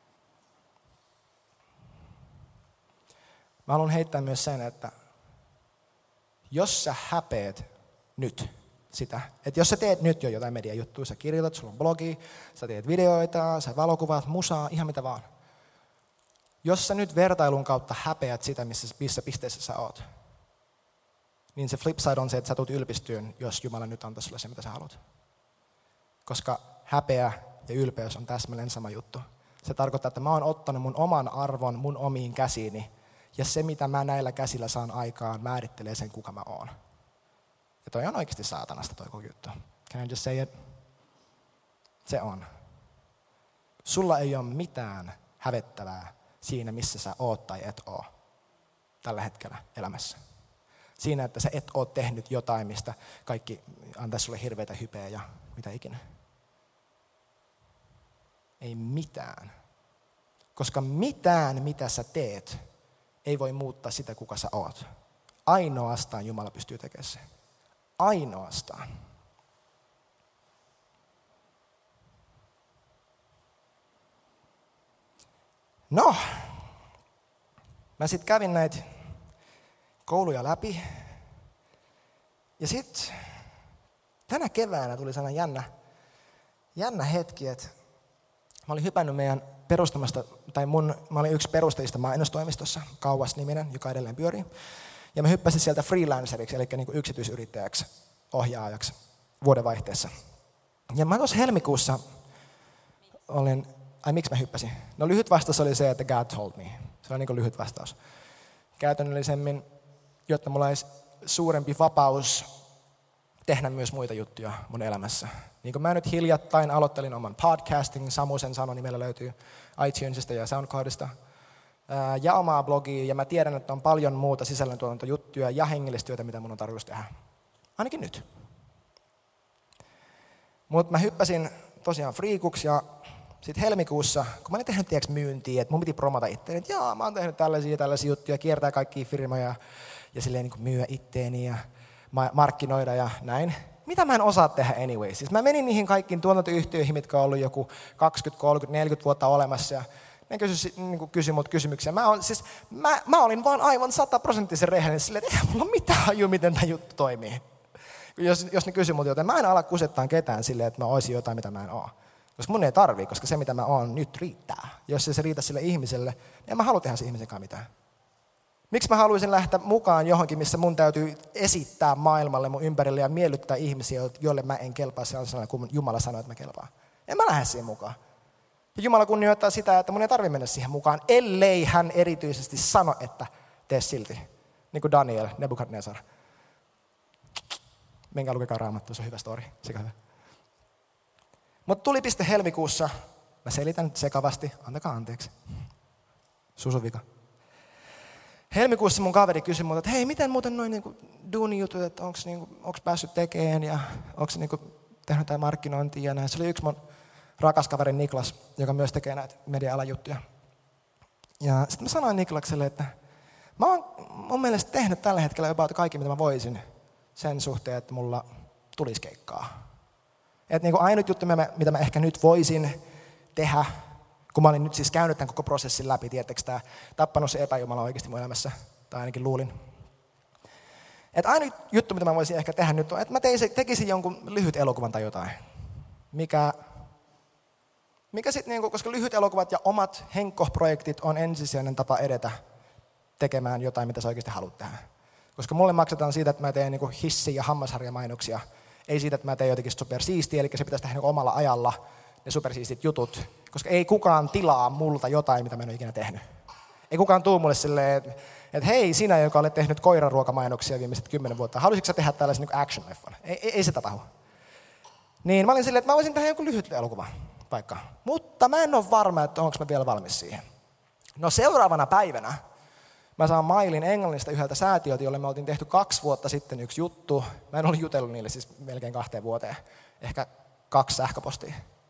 Mä haluan heittää myös sen, että jos sä häpeät nyt sitä, että jos sä teet nyt jo jotain mediajuttuja, sä kirjoitat, sulla on blogi, sä teet videoita, sä valokuvaat, musaa, ihan mitä vaan. Jos sä nyt vertailun kautta häpeät sitä, missä, missä pisteessä sä oot, niin se flip side on se, että sä tulet ylpistyyn, jos Jumala nyt antaa sulle se, mitä sä haluat. Koska häpeä ja ylpeys on täsmälleen sama juttu. Se tarkoittaa, että mä oon ottanut mun oman arvon mun omiin käsiini, ja se, mitä mä näillä käsillä saan aikaan, määrittelee sen, kuka mä oon. Ja toi on oikeasti saatanasta toi koko juttu. Can I just say it? Se on. Sulla ei ole mitään hävettävää siinä, missä sä oot tai et oo tällä hetkellä elämässä. Siinä, että sä et oo tehnyt jotain, mistä kaikki antaa sulle hirveätä hypeä ja mitä ikinä. Ei mitään. Koska mitään, mitä sä teet, ei voi muuttaa sitä, kuka sä oot. Ainoastaan Jumala pystyy tekemään sen. Ainoastaan. No, mä sitten kävin näitä kouluja läpi. Ja sitten tänä keväänä tuli sellainen jännä, jännä hetki, että Mä olin hypännyt meidän perustamasta, tai mun, mä olin yksi perustajista mainostoimistossa, Kauas-niminen, joka edelleen pyörii. Ja mä hyppäsin sieltä freelanceriksi, eli niin kuin yksityisyrittäjäksi, ohjaajaksi vuodenvaihteessa. Ja mä tuossa helmikuussa olin, ai miksi mä hyppäsin? No lyhyt vastaus oli se, että God told me. Se oli niin kuin lyhyt vastaus. Käytännöllisemmin, jotta mulla olisi suurempi vapaus tehdä myös muita juttuja mun elämässä. Niin kuin mä nyt hiljattain aloittelin oman podcastin, Samusen sano nimellä löytyy iTunesista ja SoundCloudista, ja omaa blogia, ja mä tiedän, että on paljon muuta sisällöntuotantojuttuja ja hengellistyötä, mitä mun on tarkoitus tehdä. Ainakin nyt. Mutta mä hyppäsin tosiaan friikuksi, ja sitten helmikuussa, kun mä olin tehnyt tiiäks, myyntiä, että mun piti promota itseäni, että jaa, mä oon tehnyt tällaisia tällaisia juttuja, kiertää kaikkia firmoja ja silleen niin kuin myyä itteeni ja markkinoida ja näin. Mitä mä en osaa tehdä anyway? Siis mä menin niihin kaikkiin tuotantoyhtiöihin, mitkä on ollut joku kaksikymmentä, kolmekymmentä, neljäkymmentä vuotta olemassa ja ne kysyi, niin kysyi mut kysymyksiä. Mä, on, siis, mä, mä olin vaan aivan sataprosenttisen rehellinen silleen, että ei mulla ole mitään haju, miten tämä juttu toimii. Jos, jos ne kysyi mut jotain, mä en ala kusettaa ketään silleen, että mä olisin jotain, mitä mä en oo. Koska mun ei tarvii, koska se mitä mä oon nyt riittää. Jos se riitä sille ihmiselle, niin en mä halua tehdä se ihmisenkaan mitään. Miksi mä haluaisin lähteä mukaan johonkin, missä mun täytyy esittää maailmalle mun ympärille ja miellyttää ihmisiä, joille mä en kelpaa sellaisena, kun Jumala sanoo, että mä kelpaan. En mä lähde siihen mukaan. Ja Jumala kunnioittaa sitä, että mun ei tarvitse mennä siihen mukaan, ellei hän erityisesti sano, että tee silti. Niin kuin Daniel, Nebukadnezar. Menkää lukekaa Raamattua, se on hyvä story. Sekä hyvä. Mutta tuli piste helmikuussa. Mä selitän sekavasti. Antakaa anteeksi. Susuvika. Helmikuussa mun kaveri kysyi multa, että hei, miten muuten noin niinku duunijutut, että onko niinku, päässyt tekemään ja onko niinku tehnyt jotain markkinointia ja näin. Se oli yksi mun rakas kaveri Niklas, joka myös tekee näitä media-alan juttuja. Ja sitten mä sanoin Niklakselle, että mä oon mun mielestä tehnyt tällä hetkellä jopa kaikki, mitä mä voisin sen suhteen, että mulla tulisi keikkaa. Että niinku ainut juttu, mitä mä ehkä nyt voisin tehdä, kun mä olin nyt siis käynyt tämän koko prosessin läpi, tiedättekö tämä tappanut se epäjumala oikeasti mun elämässä, tai ainakin luulin. Että ainut juttu, mitä mä voisin ehkä tehdä nyt on, että mä teisin, tekisin jonkun lyhyt elokuvan tai jotain. Mikä, mikä sitten, niinku, koska lyhyt elokuvat ja omat henkkoprojektit on ensisijainen tapa edetä tekemään jotain, mitä sä oikeasti haluat tehdä. Koska mulle maksetaan siitä, että mä teen niinku hissi- ja hammasharjamainoksia. Ei siitä, että mä teen jotenkin supersiistiä, eli se pitäisi tehdä niinku omalla ajalla ne supersiistit jutut. Koska ei kukaan tilaa multa jotain, mitä mä en ole ikinä tehnyt. Ei kukaan tuu mulle silleen, että et hei, sinä, joka olet tehnyt koiraruokamainoksia viimeiset kymmenen vuotta, haluaisitko sä tehdä tällaisen niin action-leffan? Ei, ei, ei se tapahdu. Niin mä olin silleen, että mä voisin tehdä joku lyhyt elokuva vaikka. Mutta mä en ole varma, että onko mä vielä valmis siihen. No seuraavana päivänä mä saan mailin Englannista yhdeltä säätiöltä, jolle me oltiin tehty kaksi vuotta sitten yksi juttu. Mä en ollut jutellut niille siis melkein kahteen vuoteen. Ehkä kaksi sähköpostia.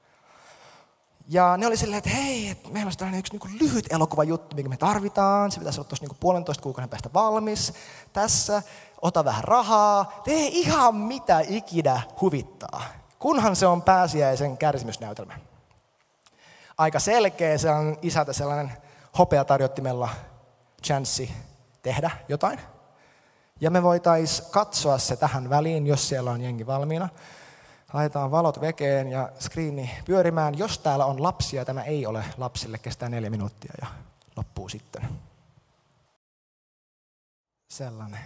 Ja ne oli silleen, että hei, että meillä olisi tällainen yksi niin kuin lyhyt elokuvajuttu, mikä me tarvitaan. Se pitäisi olla tuossa niin puolentoista kuukauden päästä valmis. Tässä, ota vähän rahaa. Tee ihan mitä ikinä huvittaa. Kunhan se on pääsiäisen kärsimysnäytelmä. Aika selkeä sellainen isältä sellainen hopeatarjottimella chanssi tehdä jotain. Ja me voitaisiin katsoa se tähän väliin, jos siellä on jengi valmiina. Laitetaan valot vekeen ja screeni pyörimään. Jos täällä on lapsia, tämä ei ole lapsille, kestää neljä minuuttia ja loppuu sitten. Sellainen.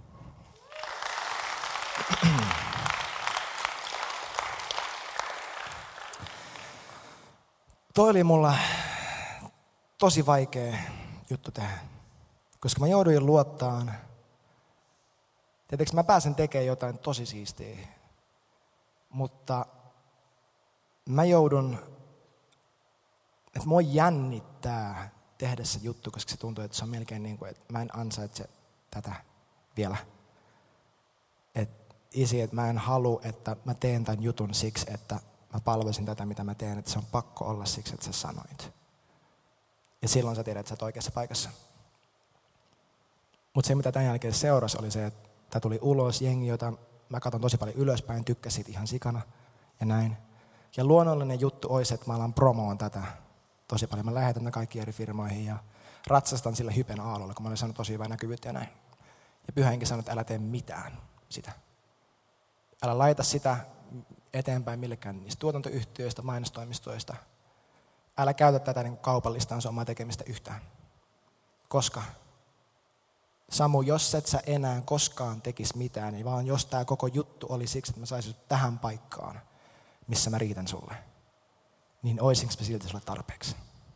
Toi oli mulla tosi vaikea juttu tehdä, koska mä jouduin luottaan. Tietysti mä pääsen tekemään jotain tosi siistiä. Mutta mä joudun, että mua jännittää tehdä se juttu, koska se tuntuu, että se on melkein niin kuin, että mä en ansaitse tätä vielä. Että isi, että mä en halua, että mä teen tämän jutun siksi, että mä palvelisin tätä, mitä mä teen, että se on pakko olla siksi, että sä sanoit. Ja silloin sä tiedät, että sä oot oikeassa paikassa. Mutta se, mitä tämän jälkeen seurasi, oli se, että tää tuli ulos jengi, jota mä katson tosi paljon ylöspäin, tykkäsit ihan sikana ja näin. Ja luonnollinen juttu olisi, että mä alan promoon tätä tosi paljon. Mä lähetän ne kaikkiin eri firmoihin ja ratsastan sillä hypen aallolla, kun mä olen saanut tosi hyvää näkyvyyttä ja näin. Ja Pyhä Henki sanoi, että älä tee mitään sitä. Älä laita sitä eteenpäin millekään niistä tuotantoyhtiöistä, mainostoimistoista, älä käytä tätä niin kaupallistaan omaa tekemistä yhtään. Koska Samu, jos et sä enää koskaan tekisi mitään, niin vaan jos tämä koko juttu oli siksi, että mä saisin tähän paikkaan, missä mä riitän sulle, niin oisinko mä silti sulle tarpeeksi?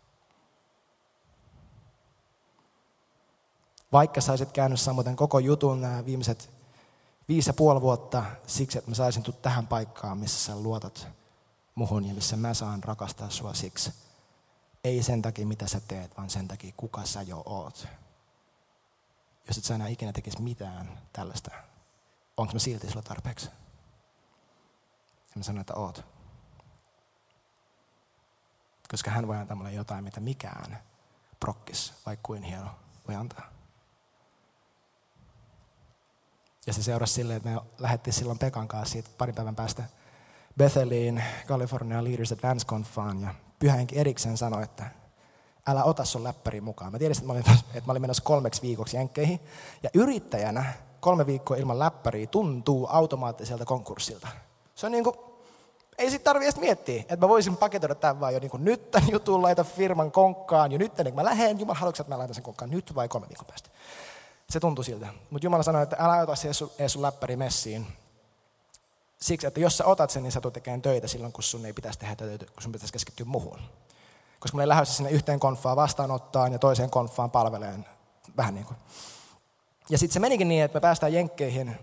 Vaikka sä olisit käynyt samoin koko jutun nämä viimeiset viisi ja puoli vuotta siksi, että mä saisin tulla tähän paikkaan, missä sä luotat muhun ja missä mä saan rakastaa sua siksi. Ei sen takia, mitä sä teet, vaan sen takia, kuka sä jo oot. Jos et sä enää ikinä tekisi mitään tällaista, onko mä silti sulla tarpeeksi? Ja mä sanon, että oot. Koska hän voi antaa mulle jotain, mitä mikään prokkis, vaikka kuin hieno, voi antaa. Ja se seurasi silleen, että me lähdettiin silloin Pekan kanssa siitä parin päivän päästä Betheliin, California Leaders Advance Confaan, ja Pyhänkin erikseen sanoi, että älä ota sun läppäriä mukaan. Mä tiesin, että mä olin, että mä olin menossa kolmeksi viikoksi jenkkeihin, ja yrittäjänä kolme viikkoa ilman läppäriä tuntuu automaattiselta konkurssilta. Se on niin kuin, ei sit tarvitse edes miettiä, että mä voisin paketoida tämän vaan jo niin kuin nyt tämän jutun, laita firman konkkaan, jo nyt ennen kuin mä lähden, Jumala, haluatko, että mä laitan sen konkkaan nyt vai kolme viikon päästä? Se tuntui siltä. Mutta Jumala sanoi, että älä ota edes sun, sun läppäri messiin. Siksi, että jos sä otat sen, niin sä tulet tekemään töitä silloin, kun sun ei pitäisi tehdä töitä, kun sun pitäisi keskittyä muuhun. Koska mulla ei lähdössä sinne yhteen konfaan vastaanottaan ja toiseen konfaan palveleen. Vähän niin kuin. Ja sitten se menikin niin, että me päästään jenkkeihin.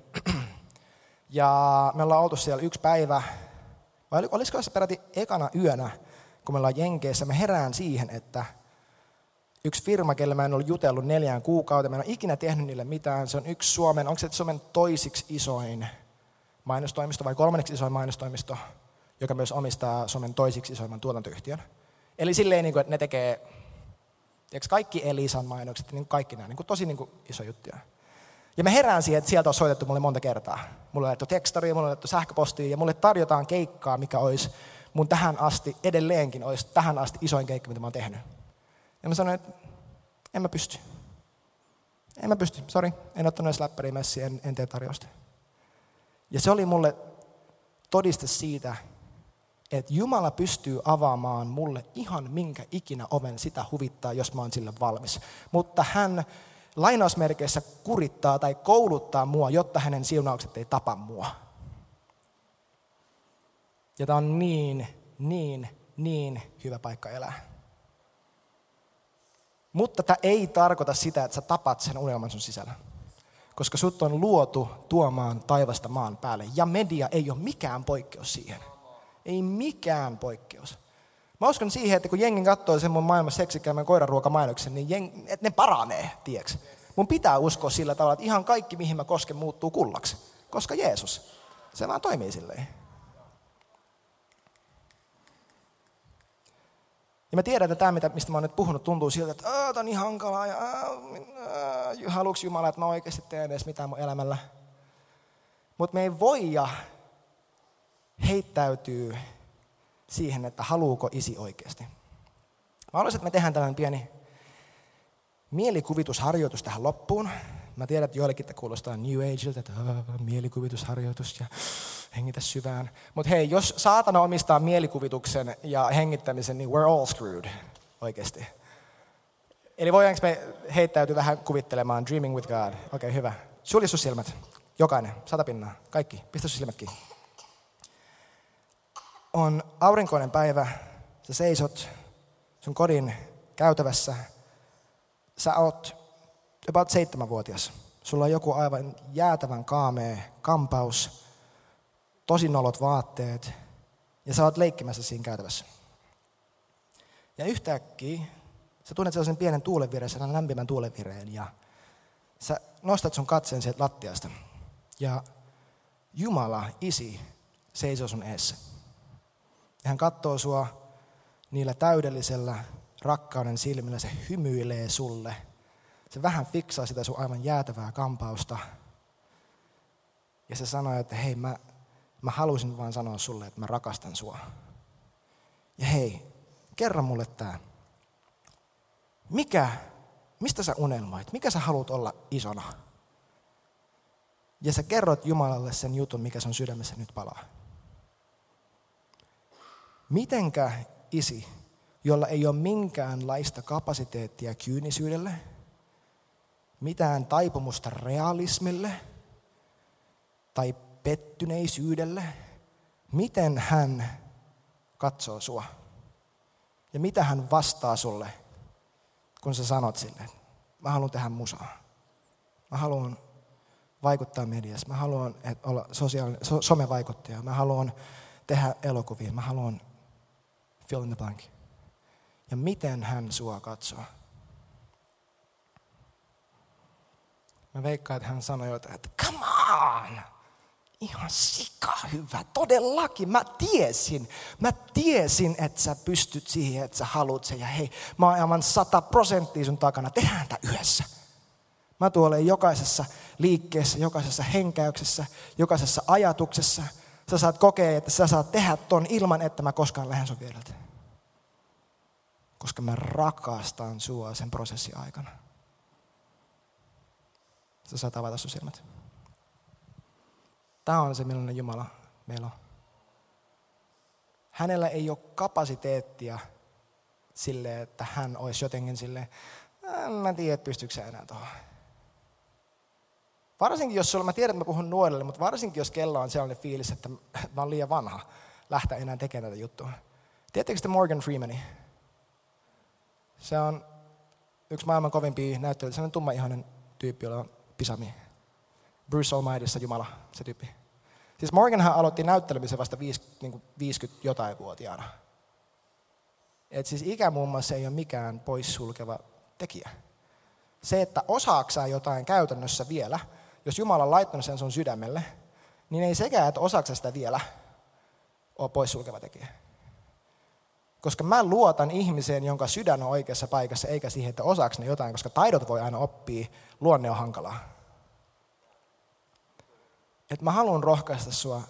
Ja me ollaan oltu siellä yksi päivä. Vai olisiko se peräti ekana yönä, kun me ollaan jenkeissä. Mä herään siihen, että yksi firma, kelle mä en ollut jutellut neljään kuukauteen. Mä en ole ikinä tehnyt niille mitään. Se on yksi Suomen, onko se Suomen toisiksi isoin mainostoimisto vai kolmanneksi isoin mainostoimisto, joka myös omistaa Suomen toisiksi isoimman tuotantoyhtiön. Eli silleen, että ne tekee kaikki Elisan mainokset, niin kaikki nämä, niin tosi niin iso juttuja. Ja mä herään siihen, että sieltä on soitettu mulle monta kertaa. Mulle on laittu tekstaria, mulle on laittu sähköpostia ja mulle tarjotaan keikkaa, mikä olisi mun tähän asti, edelleenkin olisi tähän asti isoin keikka, mitä mä oon tehnyt. Ja mä sanoin, että en mä pysty. En mä pysty, sori, en ottanut edes läppäriä messiin, en, en tee tarjousta. Ja se oli mulle todiste siitä, että Jumala pystyy avaamaan mulle ihan minkä ikinä oven sitä huvittaa, jos mä oon sille valmis. Mutta hän lainausmerkeissä kurittaa tai kouluttaa mua, jotta hänen siunaukset ei tapa mua. Ja tää on niin, niin, niin hyvä paikka elää. Mutta tämä ei tarkoita sitä, että sä tapat sen unelman sun sisällä. Koska sut on luotu tuomaan taivasta maan päälle. Ja media ei ole mikään poikkeus siihen. Ei mikään poikkeus. Mä uskon siihen, että kun jengi katsoo sen mun maailman seksikkäämmän koiranruokamainoksen, niin jeng, että ne paranee, tiiäks. Mun pitää uskoa sillä tavalla, että ihan kaikki, mihin mä kosken, muuttuu kullaksi. Koska Jeesus, se vaan toimii silleen. Ja mä tiedän, että tämä, mistä mä oon nyt puhunut, tuntuu siltä, että tämä on niin hankalaa ja haluuks Jumala, että mä oikeasti teen edes mitään mun elämällä. Mutta me ei voida heittäytyy siihen, että haluuko isi oikeasti. Mä haluaisin, että me tehdään tällainen pieni mielikuvitusharjoitus tähän loppuun. Mä tiedän, että joillekin te kuulostaa New Ageilta, että mielikuvitusharjoitus ja hengitä syvään. Mutta hei, jos saatana omistaa mielikuvituksen ja hengittämisen, niin we're all screwed oikeasti. Eli voidaanko me heittäytyy vähän kuvittelemaan Dreaming with God? Okei, okay, hyvä. Sulje sun silmät. Jokainen, sata pinnaa. Kaikki. Pistä sun silmät kiinni. On aurinkoinen päivä. Sä seisot sun kodin käytävässä. Sä oot about seitsemänvuotias. Sulla on joku aivan jäätävän kaamea kampaus, tosi nolot vaatteet ja sä oot leikkimässä siinä käytävässä. Ja yhtäkkiä sä tunnet sellaisen pienen tuulenvireen, sellainen lämpimän tuulenvireen ja sä nostat sun katseen sieltä lattiasta ja Jumala, isi, seisoo sun eessä. Ja hän katsoo sua niillä täydellisellä rakkauden silmillä, se hymyilee sulle. Se vähän fiksaa sitä sun aivan jäätävää kampausta. Ja se sanoo, että hei, mä, mä halusin vaan sanoa sulle, että mä rakastan sua. Ja hei, kerro mulle tää. Mikä, mistä sä unelmoit? Mikä sä haluat olla isona? Ja sä kerrot Jumalalle sen jutun, mikä sun sydämessä nyt palaa. Mitenkä, isi, jolla ei ole minkäänlaista kapasiteettia kyynisyydelle, mitään taipumusta realismille tai pettyneisyydelle, miten hän katsoo sua? Ja mitä hän vastaa sulle, kun sä sanot silleen, mä haluan tehdä musaa. Mä haluan vaikuttaa mediassa. Mä haluan olla sosiaali- so- somevaikuttaja. Mä haluan tehdä elokuvia. Mä haluan fill in the blank. Ja miten hän sua katsoo? Mä veikkaan, että hän sanoi jotain, että come on! Ihan sika hyvä, todellakin. Mä tiesin, mä tiesin, että sä pystyt siihen, että sä haluat sen. Ja hei, mä oon aivan sata prosenttia sun takana. Tehdään tää yhdessä. Mä tuolen jokaisessa liikkeessä, jokaisessa henkäyksessä, jokaisessa ajatuksessa. Sä saat kokea, että sä saat tehdä ton ilman, että mä koskaan lähden sun viereltä. Koska mä rakastan sua sen prosessin aikana. Sä saat avata sun silmät. Tämä on se, millainen Jumala meillä on. Hänellä ei ole kapasiteettia sille, että hän olisi jotenkin silleen, mä en tiedä, pystyykö sä enää tuohon. Varsinkin jos sulla, mä tiedän, että mä puhun nuorille, mutta varsinkin jos kello on sellainen fiilis, että mä oon liian vanha lähteä enää tekemään tätä juttua. Tiedättekö te Morgan Freemani? Se on yksi maailman kovimpia näyttelijöitä, sellainen tummaihoinen tyyppi, jolla on pisami. Bruce Almightyssa Jumala, se tyyppi. Siis Morganhan aloitti näyttelemisen vasta viisikymmentä-jotain-vuotiaana. Et siis ikä muun muassa ei ole mikään poissulkeva tekijä. Se, että osaaksaa jotain käytännössä vielä, jos Jumala on laittanut sen sun sydämelle, niin ei sekään, että osaaksaa sitä vielä, ole poissulkeva tekijä. Koska mä luotan ihmiseen, jonka sydän on oikeassa paikassa, eikä siihen, että osaaks ne jotain, koska taidot voi aina oppia, luonne on hankalaa. Että mä haluan rohkaista sua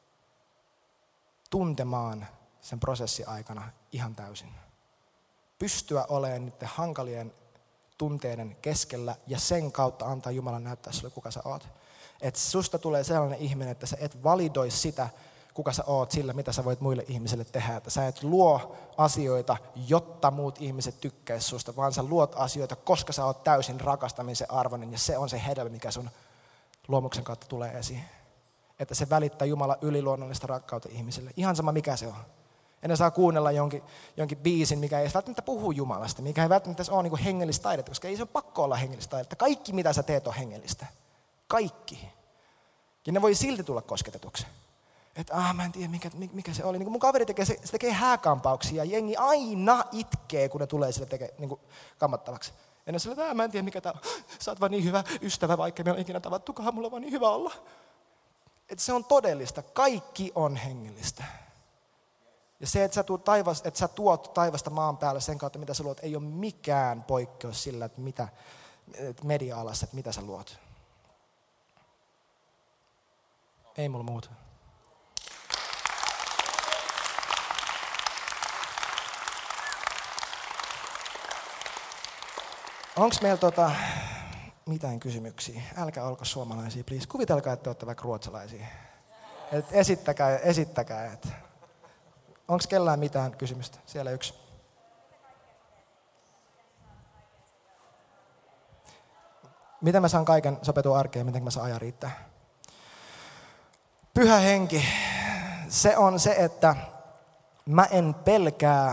tuntemaan sen prosessin aikana ihan täysin. Pystyä olemaan niiden hankalien tunteiden keskellä ja sen kautta antaa Jumalan näyttää sulle, kuka sä oot. Että susta tulee sellainen ihminen, että sä et validoi sitä, kuka sä oot sillä, mitä sä voit muille ihmisille tehdä. Että sä et luo asioita, jotta muut ihmiset tykkäis susta, vaan sä luot asioita, koska sä oot täysin rakastamisen arvoinen ja se on se hedelmä, mikä sun luomuksen kautta tulee esiin. Että se välittää Jumala yliluonnollista rakkautta ihmisille. Ihan sama mikä se on. Ja ne saa kuunnella jonkin, jonkin biisin, mikä ei välttämättä puhu Jumalasta, mikä ei välttämättä ole niin kuin hengellistä taidetta, koska ei se ole pakko olla hengellistä taidetta. Kaikki mitä sä teet on hengellistä. Kaikki. Ja ne voi silti tulla kosketetuksi. Että ah, mä en tiedä mikä, mikä se oli. Niin kuin mun kaveri tekee, se, se tekee hääkampauksia ja jengi aina itkee, kun ne tulee sille tekee niin kuin kammattavaksi. Ja ne sanoo, että mä en tiedä mikä tää on. Sä oot vaan niin hyvä ystävä, vaikka me on ikinä tavattukaan, mulla on vaan niin hyvä olla. Että se on todellista. Kaikki on hengellistä. Ja se, että sä, tuot taivas, että sä tuot taivasta maan päälle sen kautta, mitä sä luot, ei ole mikään poikkeus sillä, että mitä media-alassa, että mitä sä luot. Ei mulla muuta. Onko meillä tota, mitään kysymyksiä? Älkää olko suomalaisia, please. Kuvitelkaa, että te olette vaikka ruotsalaisia. Et esittäkää, esittäkää. Et. Onko kellään mitään kysymystä? Siellä yksi. Miten mä saan kaiken sopetua arkeen, miten mä saan ajan riittää? Pyhä henki, se on se, että mä en pelkää,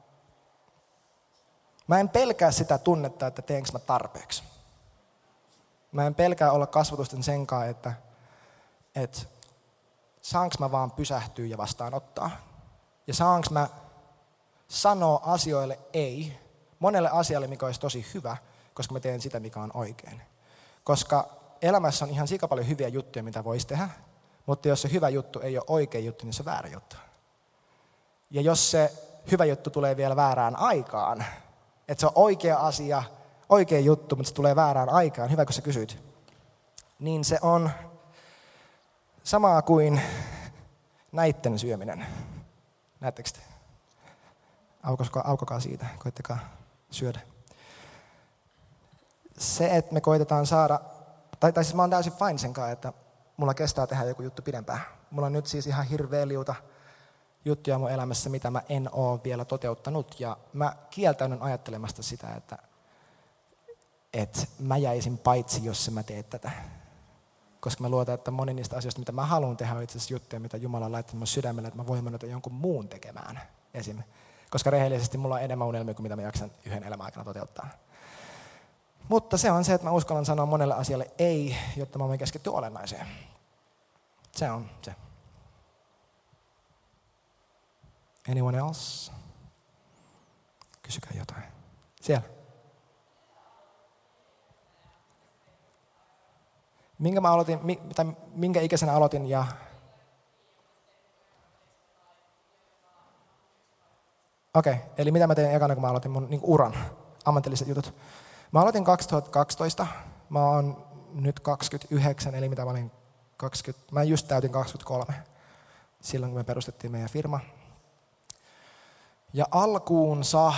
mä en pelkää sitä tunnetta, että teenkö mä tarpeeksi. Mä en pelkää olla kasvatusten senkaan, että, että saanko mä vaan pysähtyä ja vastaanottaa. Ja saanko mä sanoa asioille ei, monelle asialle, mikä olisi tosi hyvä, koska mä teen sitä, mikä on oikein. Koska elämässä on ihan sika paljon hyviä juttuja, mitä voisi tehdä, mutta jos se hyvä juttu ei ole oikea juttu, niin se on väärä juttu. Ja jos se hyvä juttu tulee vielä väärään aikaan, että se on oikea asia, oikea juttu, mutta se tulee väärään aikaan, hyvä kun sä kysyit, niin se on samaa kuin näitten syöminen. Näettekö te? Aukokaa, aukokaa siitä, koittakaa syödä. Se, että me koitetaan saada, tai, tai siis mä oon täysin fine sen kanssa, että mulla kestää tehdä joku juttu pidempään. Mulla on nyt siis ihan hirveä liuta juttuja mun elämässä, mitä mä en ole vielä toteuttanut. Ja mä kieltäydyn ajattelemasta sitä, että, että mä jäisin paitsi, jos mä teen tätä. Koska mä luotan, että moni niistä asioista, mitä mä haluan tehdä, on itse asiassa juttuja, mitä Jumala on laittanut mun sydämelle, että mä voin mennä jonkun muun tekemään esim. Koska rehellisesti mulla on enemmän unelmia kuin mitä mä jaksan yhden elämän aikana toteuttaa. Mutta se on se, että mä uskallan sanoa monelle asialle ei, jotta mä voin keskittyä olennaiseen. Se on se. Anyone else? Kysykää jotain. Siellä. Minkä mä aloitin, tai minkä ikäisenä aloitin ja... Okei, okay, eli mitä mä tein ekana, kun mä aloitin mun niin uran, ammatilliset jutut. Mä aloitin kaksituhattakaksitoista, mä oon nyt kaksikymmentäyhdeksän, eli mitä mä olin kaksikymmentä, mä just täytin kaksikymmentäkolme, silloin kun me perustettiin meidän firma. Ja alkuunsa,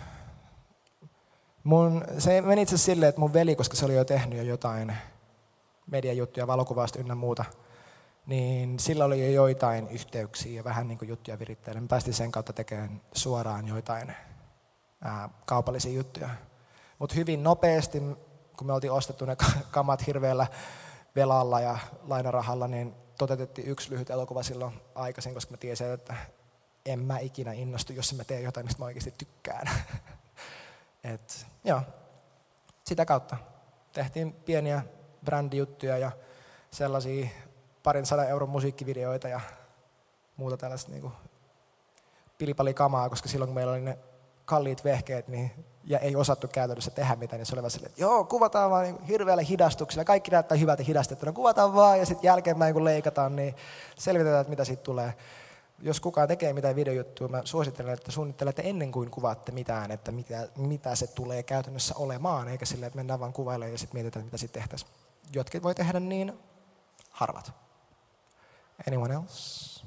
mun, se meni itse asiassa silleen, että mun veli, koska se oli jo tehnyt jo jotain mediajuttuja, valokuvausta ynnä muuta, niin sillä oli jo joitain yhteyksiä ja vähän niin kuin juttuja viritteillä. Me päästiin sen kautta tekemään suoraan joitain ää, kaupallisia juttuja. Mutta hyvin nopeasti, kun me oltiin ostettu ne kamat hirveällä velalla ja lainarahalla, niin toteutettiin yksi lyhyt elokuva silloin aikaisin, koska mä tiesin, että en mä ikinä innostu, jos mä teen jotain, mistä mä oikeasti tykkään. Et, joo, sitä kautta tehtiin pieniä brändijuttuja ja sellaisia parin sadan euron musiikkivideoita ja muuta tällaista niin kuin pilipalikamaa, koska silloin kun meillä oli ne kalliit vehkeet niin, ja ei osattu käytännössä tehdä mitään, niin se oli vaan silleen, että joo, kuvataan vaan niin hirveällä hidastuksella, kaikki näyttää hyvältä hidastettuna, kuvataan vaan ja sitten jälkeenpäin kun leikataan, niin selvitetään, että mitä siitä tulee. Jos kukaan tekee mitään videojuttua, mä suosittelen, että suunnittelette ennen kuin kuvaatte mitään, että mitä, mitä se tulee käytännössä olemaan, eikä silleen, että mennään vaan kuvailemaan ja sitten mietitään, mitä sitten tehtäisiin. Jotkin voi tehdä niin, harvat. Anyone else?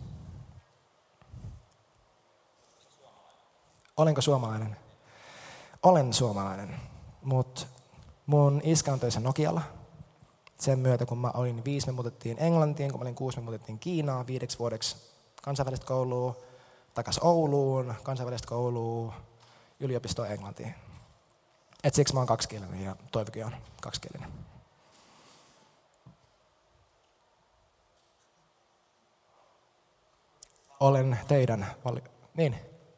Olenko suomalainen? Olen suomalainen, mutta mun iskä on töissä Nokialla. Sen myötä, kun mä olin viisi, me muutettiin Englantiin, kun mä olin kuusi, me muutettiin Kiinaan viideksi vuodeksi kansainvälistä koulua, takas Ouluun, kansainvälistä koulua, yliopistoon Englantiin. Et siksi mä oon kaksikielinen ja Toivokin on kaksikielinen. Olen teidän vali... Niin.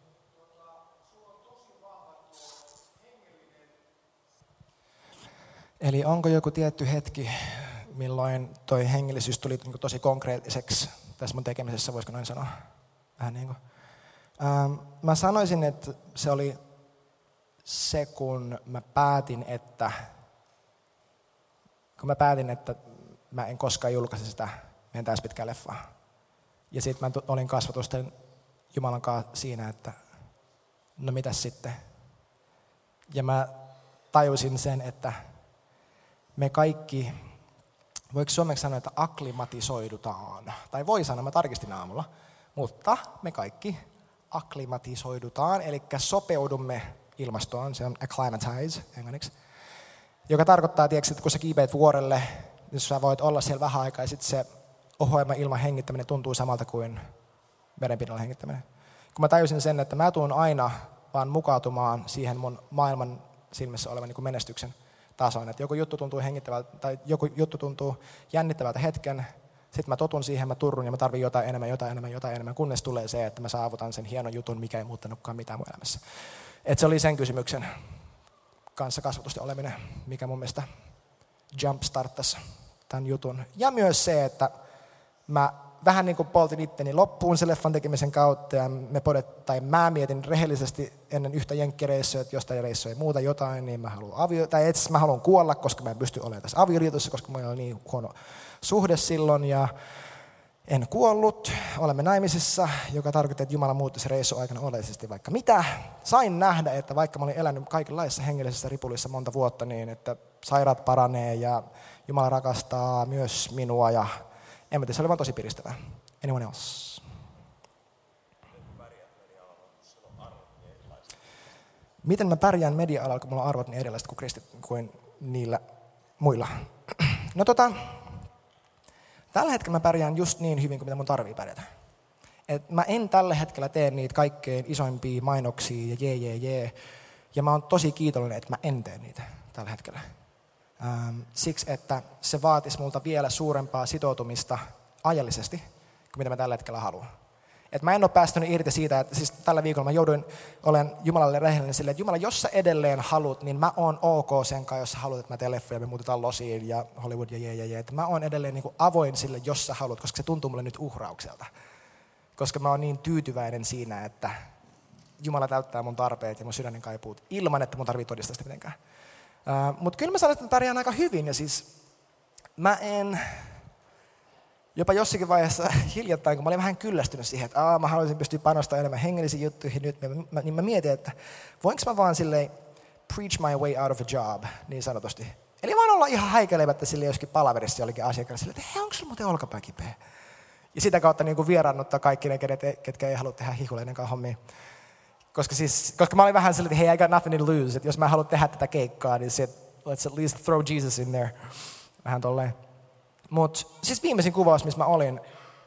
Eli onko joku tietty hetki, milloin toi hengellisyys tuli tosi konkreettiseksi tässä mun tekemisessä, voisiko noin sanoa? Vähän niin kuin. Ähm, mä sanoisin, että se oli se, kun mä päätin, että kun mä päätin, että mä en koskaan julkaise sitä meidän täys pitkää leffaa. Ja sitten mä olin kasvatusten Jumalan kanssa siinä, että no mitäs sitten? Ja mä tajusin sen, että me kaikki, voiko suomeksi sanoa, että akklimatisoidutaan? Tai voi sanoa, mä tarkistin aamulla, mutta me kaikki akklimatisoidutaan, eli sopeudumme ilmastoon, se on acclimatize englanniksi, joka tarkoittaa, tiedätkö, että kun sä kiipeät vuorelle, jos sä voit olla siellä vähän aikaa, ja sitten se ohuema ilman hengittäminen tuntuu samalta kuin merenpinnalla hengittäminen. Kun mä tajusin sen, että mä tuun aina vaan mukautumaan siihen mun maailman silmissä olevan niin menestyksen tasoon. Että joku juttu tuntuu hengittävältä, tai joku juttu tuntuu jännittävältä hetken, sitten mä totun siihen, mä turrun ja mä tarvin jotain enemmän, jotain enemmän, jotain enemmän, kunnes tulee se, että mä saavutan sen hienon jutun, mikä ei muuttanutkaan mitään mun elämässä. Et se oli sen kysymyksen kanssa kasvatusten oleminen, mikä mun mielestä jumpstarttasi tämän jutun. Ja myös se, että mä vähän niin kuin poltin itteni loppuun se leffan tekemisen kautta ja me podet, tai mä mietin rehellisesti ennen yhtä jenkkireissuja, että jostain reissua ei muuta jotain, niin mä haluan avio, tai etsis mä haluan kuolla, koska mä en pysty olemaan tässä avioliitossa, koska mulla oli niin huono suhde silloin ja en kuollut. Olemme naimisissa, joka tarkoittaa, että Jumala muutti se reissu aikana oleellisesti vaikka mitä. Sain nähdä, että vaikka mä olin elänyt kaikenlaisissa hengellisissä ripulissa monta vuotta niin, että sairaat paranee ja Jumala rakastaa myös minua ja en mä tiedä, se oli vaan tosi piristävää. Anyone else? Miten mä pärjään media-alalla, kun mulla on arvot niin erilaiset kuin kristit kuin niillä muilla? No tota, tällä hetkellä mä pärjään just niin hyvin kuin mitä mun tarvii pärjätä. Et mä en tällä hetkellä tee niitä kaikkein isoimpia mainoksia ja jee jee jee. Ja mä oon tosi kiitollinen, että mä en tee niitä tällä hetkellä. Ähm, siksi, että se vaatisi multa vielä suurempaa sitoutumista ajallisesti, kuin mitä mä tällä hetkellä haluan. Et mä en ole päästänyt irti siitä, että siis tällä viikolla mä jouduin olen Jumalalle rehellinen silleen, että Jumala, jos sä edelleen haluat, niin mä oon ok sen kanssa, jos sä haluat, että mä teen leffoja, me muutetaan Losiin ja Hollywood ja jee jee jee. Että mä oon edelleen niin kuin avoin sille, jos sä haluat, koska se tuntuu mulle nyt uhraukselta. Koska mä oon niin tyytyväinen siinä, että Jumala täyttää mun tarpeet ja mun sydänen kaipuut ilman, että mun tarvii todistaa sitä mitenkään. Uh, Mutta kyllä mä sanon, että mä pärjään aika hyvin ja siis mä en, jopa jossakin vaiheessa hiljattain, kun mä olin vähän kyllästynyt siihen, että Aa, mä haluaisin pystyä panostamaan enemmän hengellisiin juttuihin nyt, niin mä, niin mä mietin, että voinko mä vaan silleen preach my way out of a job, niin sanotusti. Eli vaan olla ihan häikelemättä sille joskin palaverissa jollekin asiakkaalle silleen, että hei, onko sulla muuten olkapää kipeä? Ja sitä kautta niin kuin vieraannuttaa kaikki ne, ketkä ei halua tehdä hihuleiden kanssa hommia. Koska, siis, koska mä olin vähän silleen, että hei, I got nothing to lose. Että jos mä haluan tehdä tätä keikkaa, niin sit, let's at least throw Jesus in there. Vähän tolleen. Mutta siis viimeisin kuvaus, missä mä olin,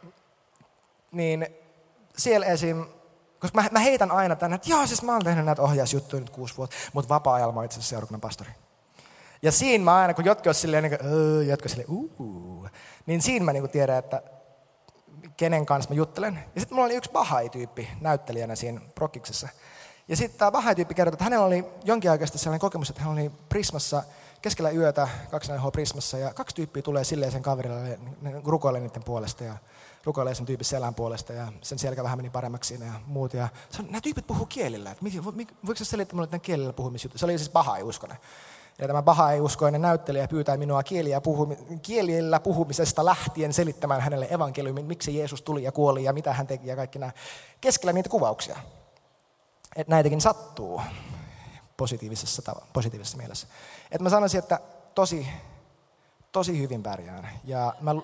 niin siellä esim. Koska mä, mä heitän aina tänne, että joo, siis mä oon tehnyt näitä ohjausjuttuja nyt kuusi vuotta, mutta vapaa-ajalla mä oon itse asiassa seurakunnan pastori. Ja siinä mä aina, kun jotkut on silleen, niin kuin, jotkut silleen, uuu, niin siinä mä niin kuin tiedän, että kenen kanssa mä juttelen. Ja sitten mulla oli yksi Bahai-tyyppi näyttelijänä siinä prokkiksessa. Ja sitten tämä Bahai-tyyppi kertoi, että hänellä oli jonkin aikaisesti sellainen kokemus, että hän oli Prismassa keskellä yötä, kaksi H Prismassa, ja kaksi tyyppiä tulee silleen sen kaverille, ne rukoilee niiden puolesta ja rukoilee sen tyypin selän puolesta ja sen selkä vähän meni paremmaksi siinä ja muut. Ja nämä tyypit puhuu kielillä. Että voiko sä selittää mulle, että nämä kielillä puhumisjuttu? Se oli siis Bahai-uskonen. Ja tämä Bahai-uskoinen näyttelijä pyytää minua kieliä puhumi- kielillä puhumisesta lähtien selittämään hänelle evankeliumin, miksi Jeesus tuli ja kuoli ja mitä hän teki ja kaikki nämä keskellä niitä kuvauksia. Että näitäkin sattuu positiivisessa, tav- positiivisessa mielessä. Että mä sanoisin, että tosi, tosi hyvin pärjään. Ja mä...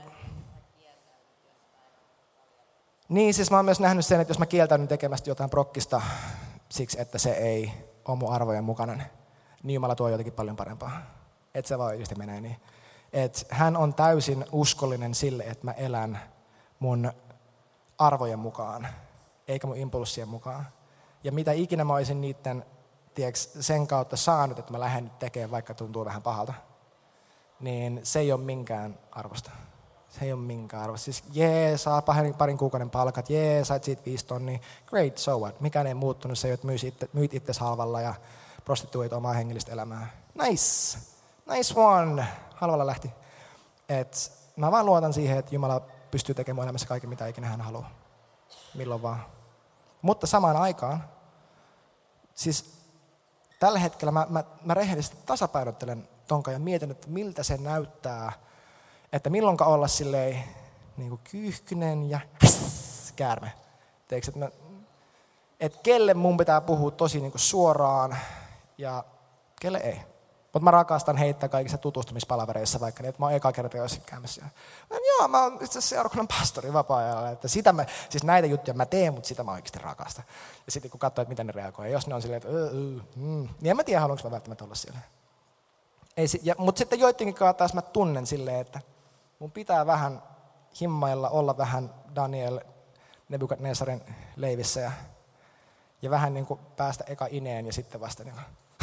Niin, siis mä oon myös nähnyt sen, että jos mä kieltäydyn tekemästä jotain prokkista siksi, että se ei ole mun arvojen mukainen, niin Jumala tuo jotenkin paljon parempaa. Että se vaan oikeasti menee niin. Että hän on täysin uskollinen sille, että mä elän mun arvojen mukaan, eikä mun impulssien mukaan. Ja mitä ikinä mä olisin niiden tiiäks, sen kautta saanut, että mä lähden nyt tekemään, vaikka tuntuu vähän pahalta, niin se ei ole minkään arvosta. Se ei ole minkään arvosta. Siis jee, saa parin, parin kuukauden palkat, jee, sait siitä viisi tonnia, great, so what. Mikään ei muuttunut, se ei ole itse, myyt itsesi halvalla ja prostituoit omaa hengellistä elämää. Nice, nice one. Halvalla lähti. Et mä vaan luotan siihen, että Jumala pystyy tekemään elämässä kaiken, mitä ikinä hän haluaa. Milloin vaan. Mutta samaan aikaan, siis tällä hetkellä mä, mä, mä rehellisesti tasapainottelen tonka ja mietin, että miltä se näyttää, että milloinka olla silleen niin kuin kyyhkynen ja käärme. Teekö, että, mä, että kelle mun pitää puhua tosi niin kuin suoraan ja kelle ei. Mutta mä rakastan heittää kaikissa tutustumispalavereissa vaikka niin, että mä oon eka kerta jossain käymässä. Mä, joo, mä oon itse asiassa seurakunnan pastori vapaa-ajalla. Että sitä mä, siis näitä juttuja mä teen, mutta sitä mä oikeasti rakastan. Ja sitten kun katsoo, että miten ne reagoi, jos ne on silleen, että öö, öö, mm, niin en mä tiedä, haluanko mä välttämättä olla siellä. Ei, ja, mutta sitten joidenkin kanssa taas mä tunnen silleen, että mun pitää vähän himmailla, olla vähän Daniel Nebukadnesarin leivissä ja, ja vähän niin kuin päästä eka ineen ja sitten vasta niin kuin,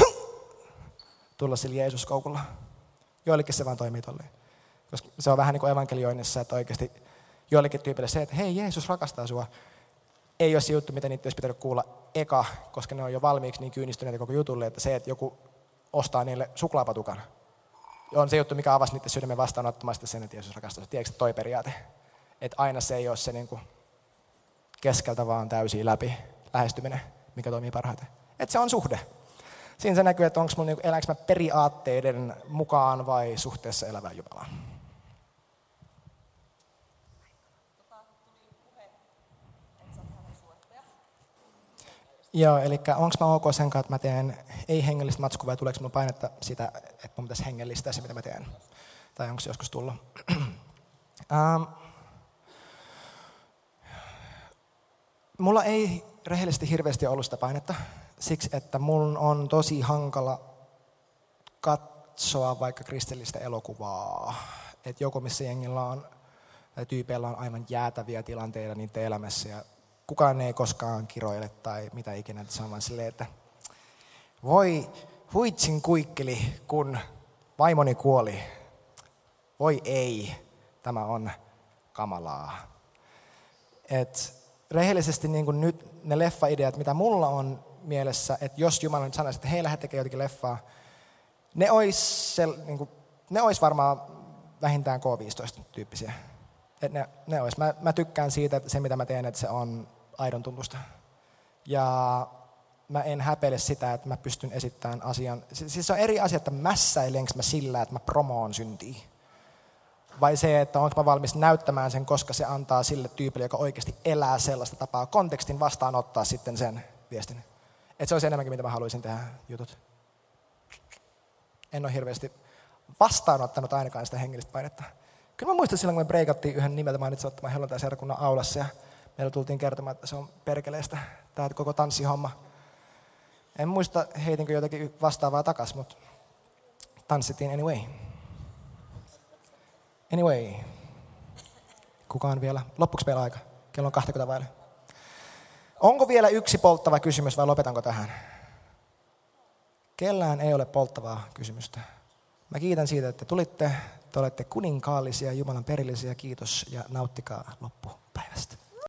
tulla sillä Jeesus-koukulla. Joillekin se vaan toimii tolleen. Koska se on vähän niin kuin evankelioinnissa, että oikeasti joillekin tyypille se, että hei, Jeesus rakastaa sua, ei ole se juttu, mitä niitä olisi pitänyt kuulla eka, koska ne on jo valmiiksi niin kyynistyneitä koko jutulle, että se, että joku ostaa niille suklaapatukan, on se juttu, mikä avasi niiden sydämen vastaanottamaan sen, että Jeesus rakastaa. Tiedätkö toi periaate? Että aina se ei ole se niin kuin keskeltä vaan täysin läpi lähestyminen, mikä toimii parhaiten. Että se on suhde. Siinä se näkyy, että onko mun, niin eläänkö mä periaatteiden mukaan vai suhteessa elävään Jumalaan. Joo, eli onko mä ok sen kanssa, että mä teen ei-hengellistä matskua vai tuleeko mun painetta sitä, että mun pitäisi hengellistää se, mitä mä teen? Tai onko se joskus tullut? um, mulla ei rehellisesti hirveästi ollut sitä painetta, siksi että mun on tosi hankala katsoa vaikka kristillistä elokuvaa. Että joku, missä jengillä on, tai tyypeillä on aivan jäätäviä tilanteita niiden elämässä ja kukaan ei koskaan kiroile tai mitä ikinä. Se on vaan silleen, että voi huitsin kuikkeli, kun vaimoni kuoli. Voi ei, tämä on kamalaa. Et rehellisesti niin kuin nyt ne leffaideat, mitä mulla on mielessä, että jos Jumala nyt sanoisi, että hei, lähde tekemään jotakin leffaa, ne ois, sel, niin kuin, ne ois varmaan vähintään K viisitoista tyyppisiä. Et ne, ne ois. Mä, mä tykkään siitä, että se mitä mä teen, että se on aidon tuntusta. Ja mä en häpeile sitä, että mä pystyn esittämään asian. Siis se on eri asia, että mässäilenkö mä sillä, että mä promoon syntiä. Vai se, että onko mä valmis näyttämään sen, koska se antaa sille tyypille, joka oikeasti elää sellaista tapaa, kontekstin vastaanottaa sitten sen viestin. Että se olisi enemmänkin, mitä mä haluaisin tehdä jutut. En ole hirveästi vastaanottanut ainakaan sitä hengellistä painetta. Kyllä mä muistan silloin, kun me breikattiin yhden nimeltä mainitsemattoman helluntai-seurakunnan aulassa ja meillä tultiin kertomaan, että se on perkeleestä tämä koko tanssihomma. En muista, heitinkö jotakin vastaavaa takas, mutta tanssittiin anyway. Anyway. Kukaan vielä? Loppuksi vielä aika? Kello on kaksikymmentä vaille. Onko vielä yksi polttava kysymys vai lopetanko tähän? Kellään ei ole polttavaa kysymystä. Mä kiitän siitä, että tulitte. Te olette kuninkaallisia, Jumalan perillisiä. Kiitos ja nauttikaa loppu.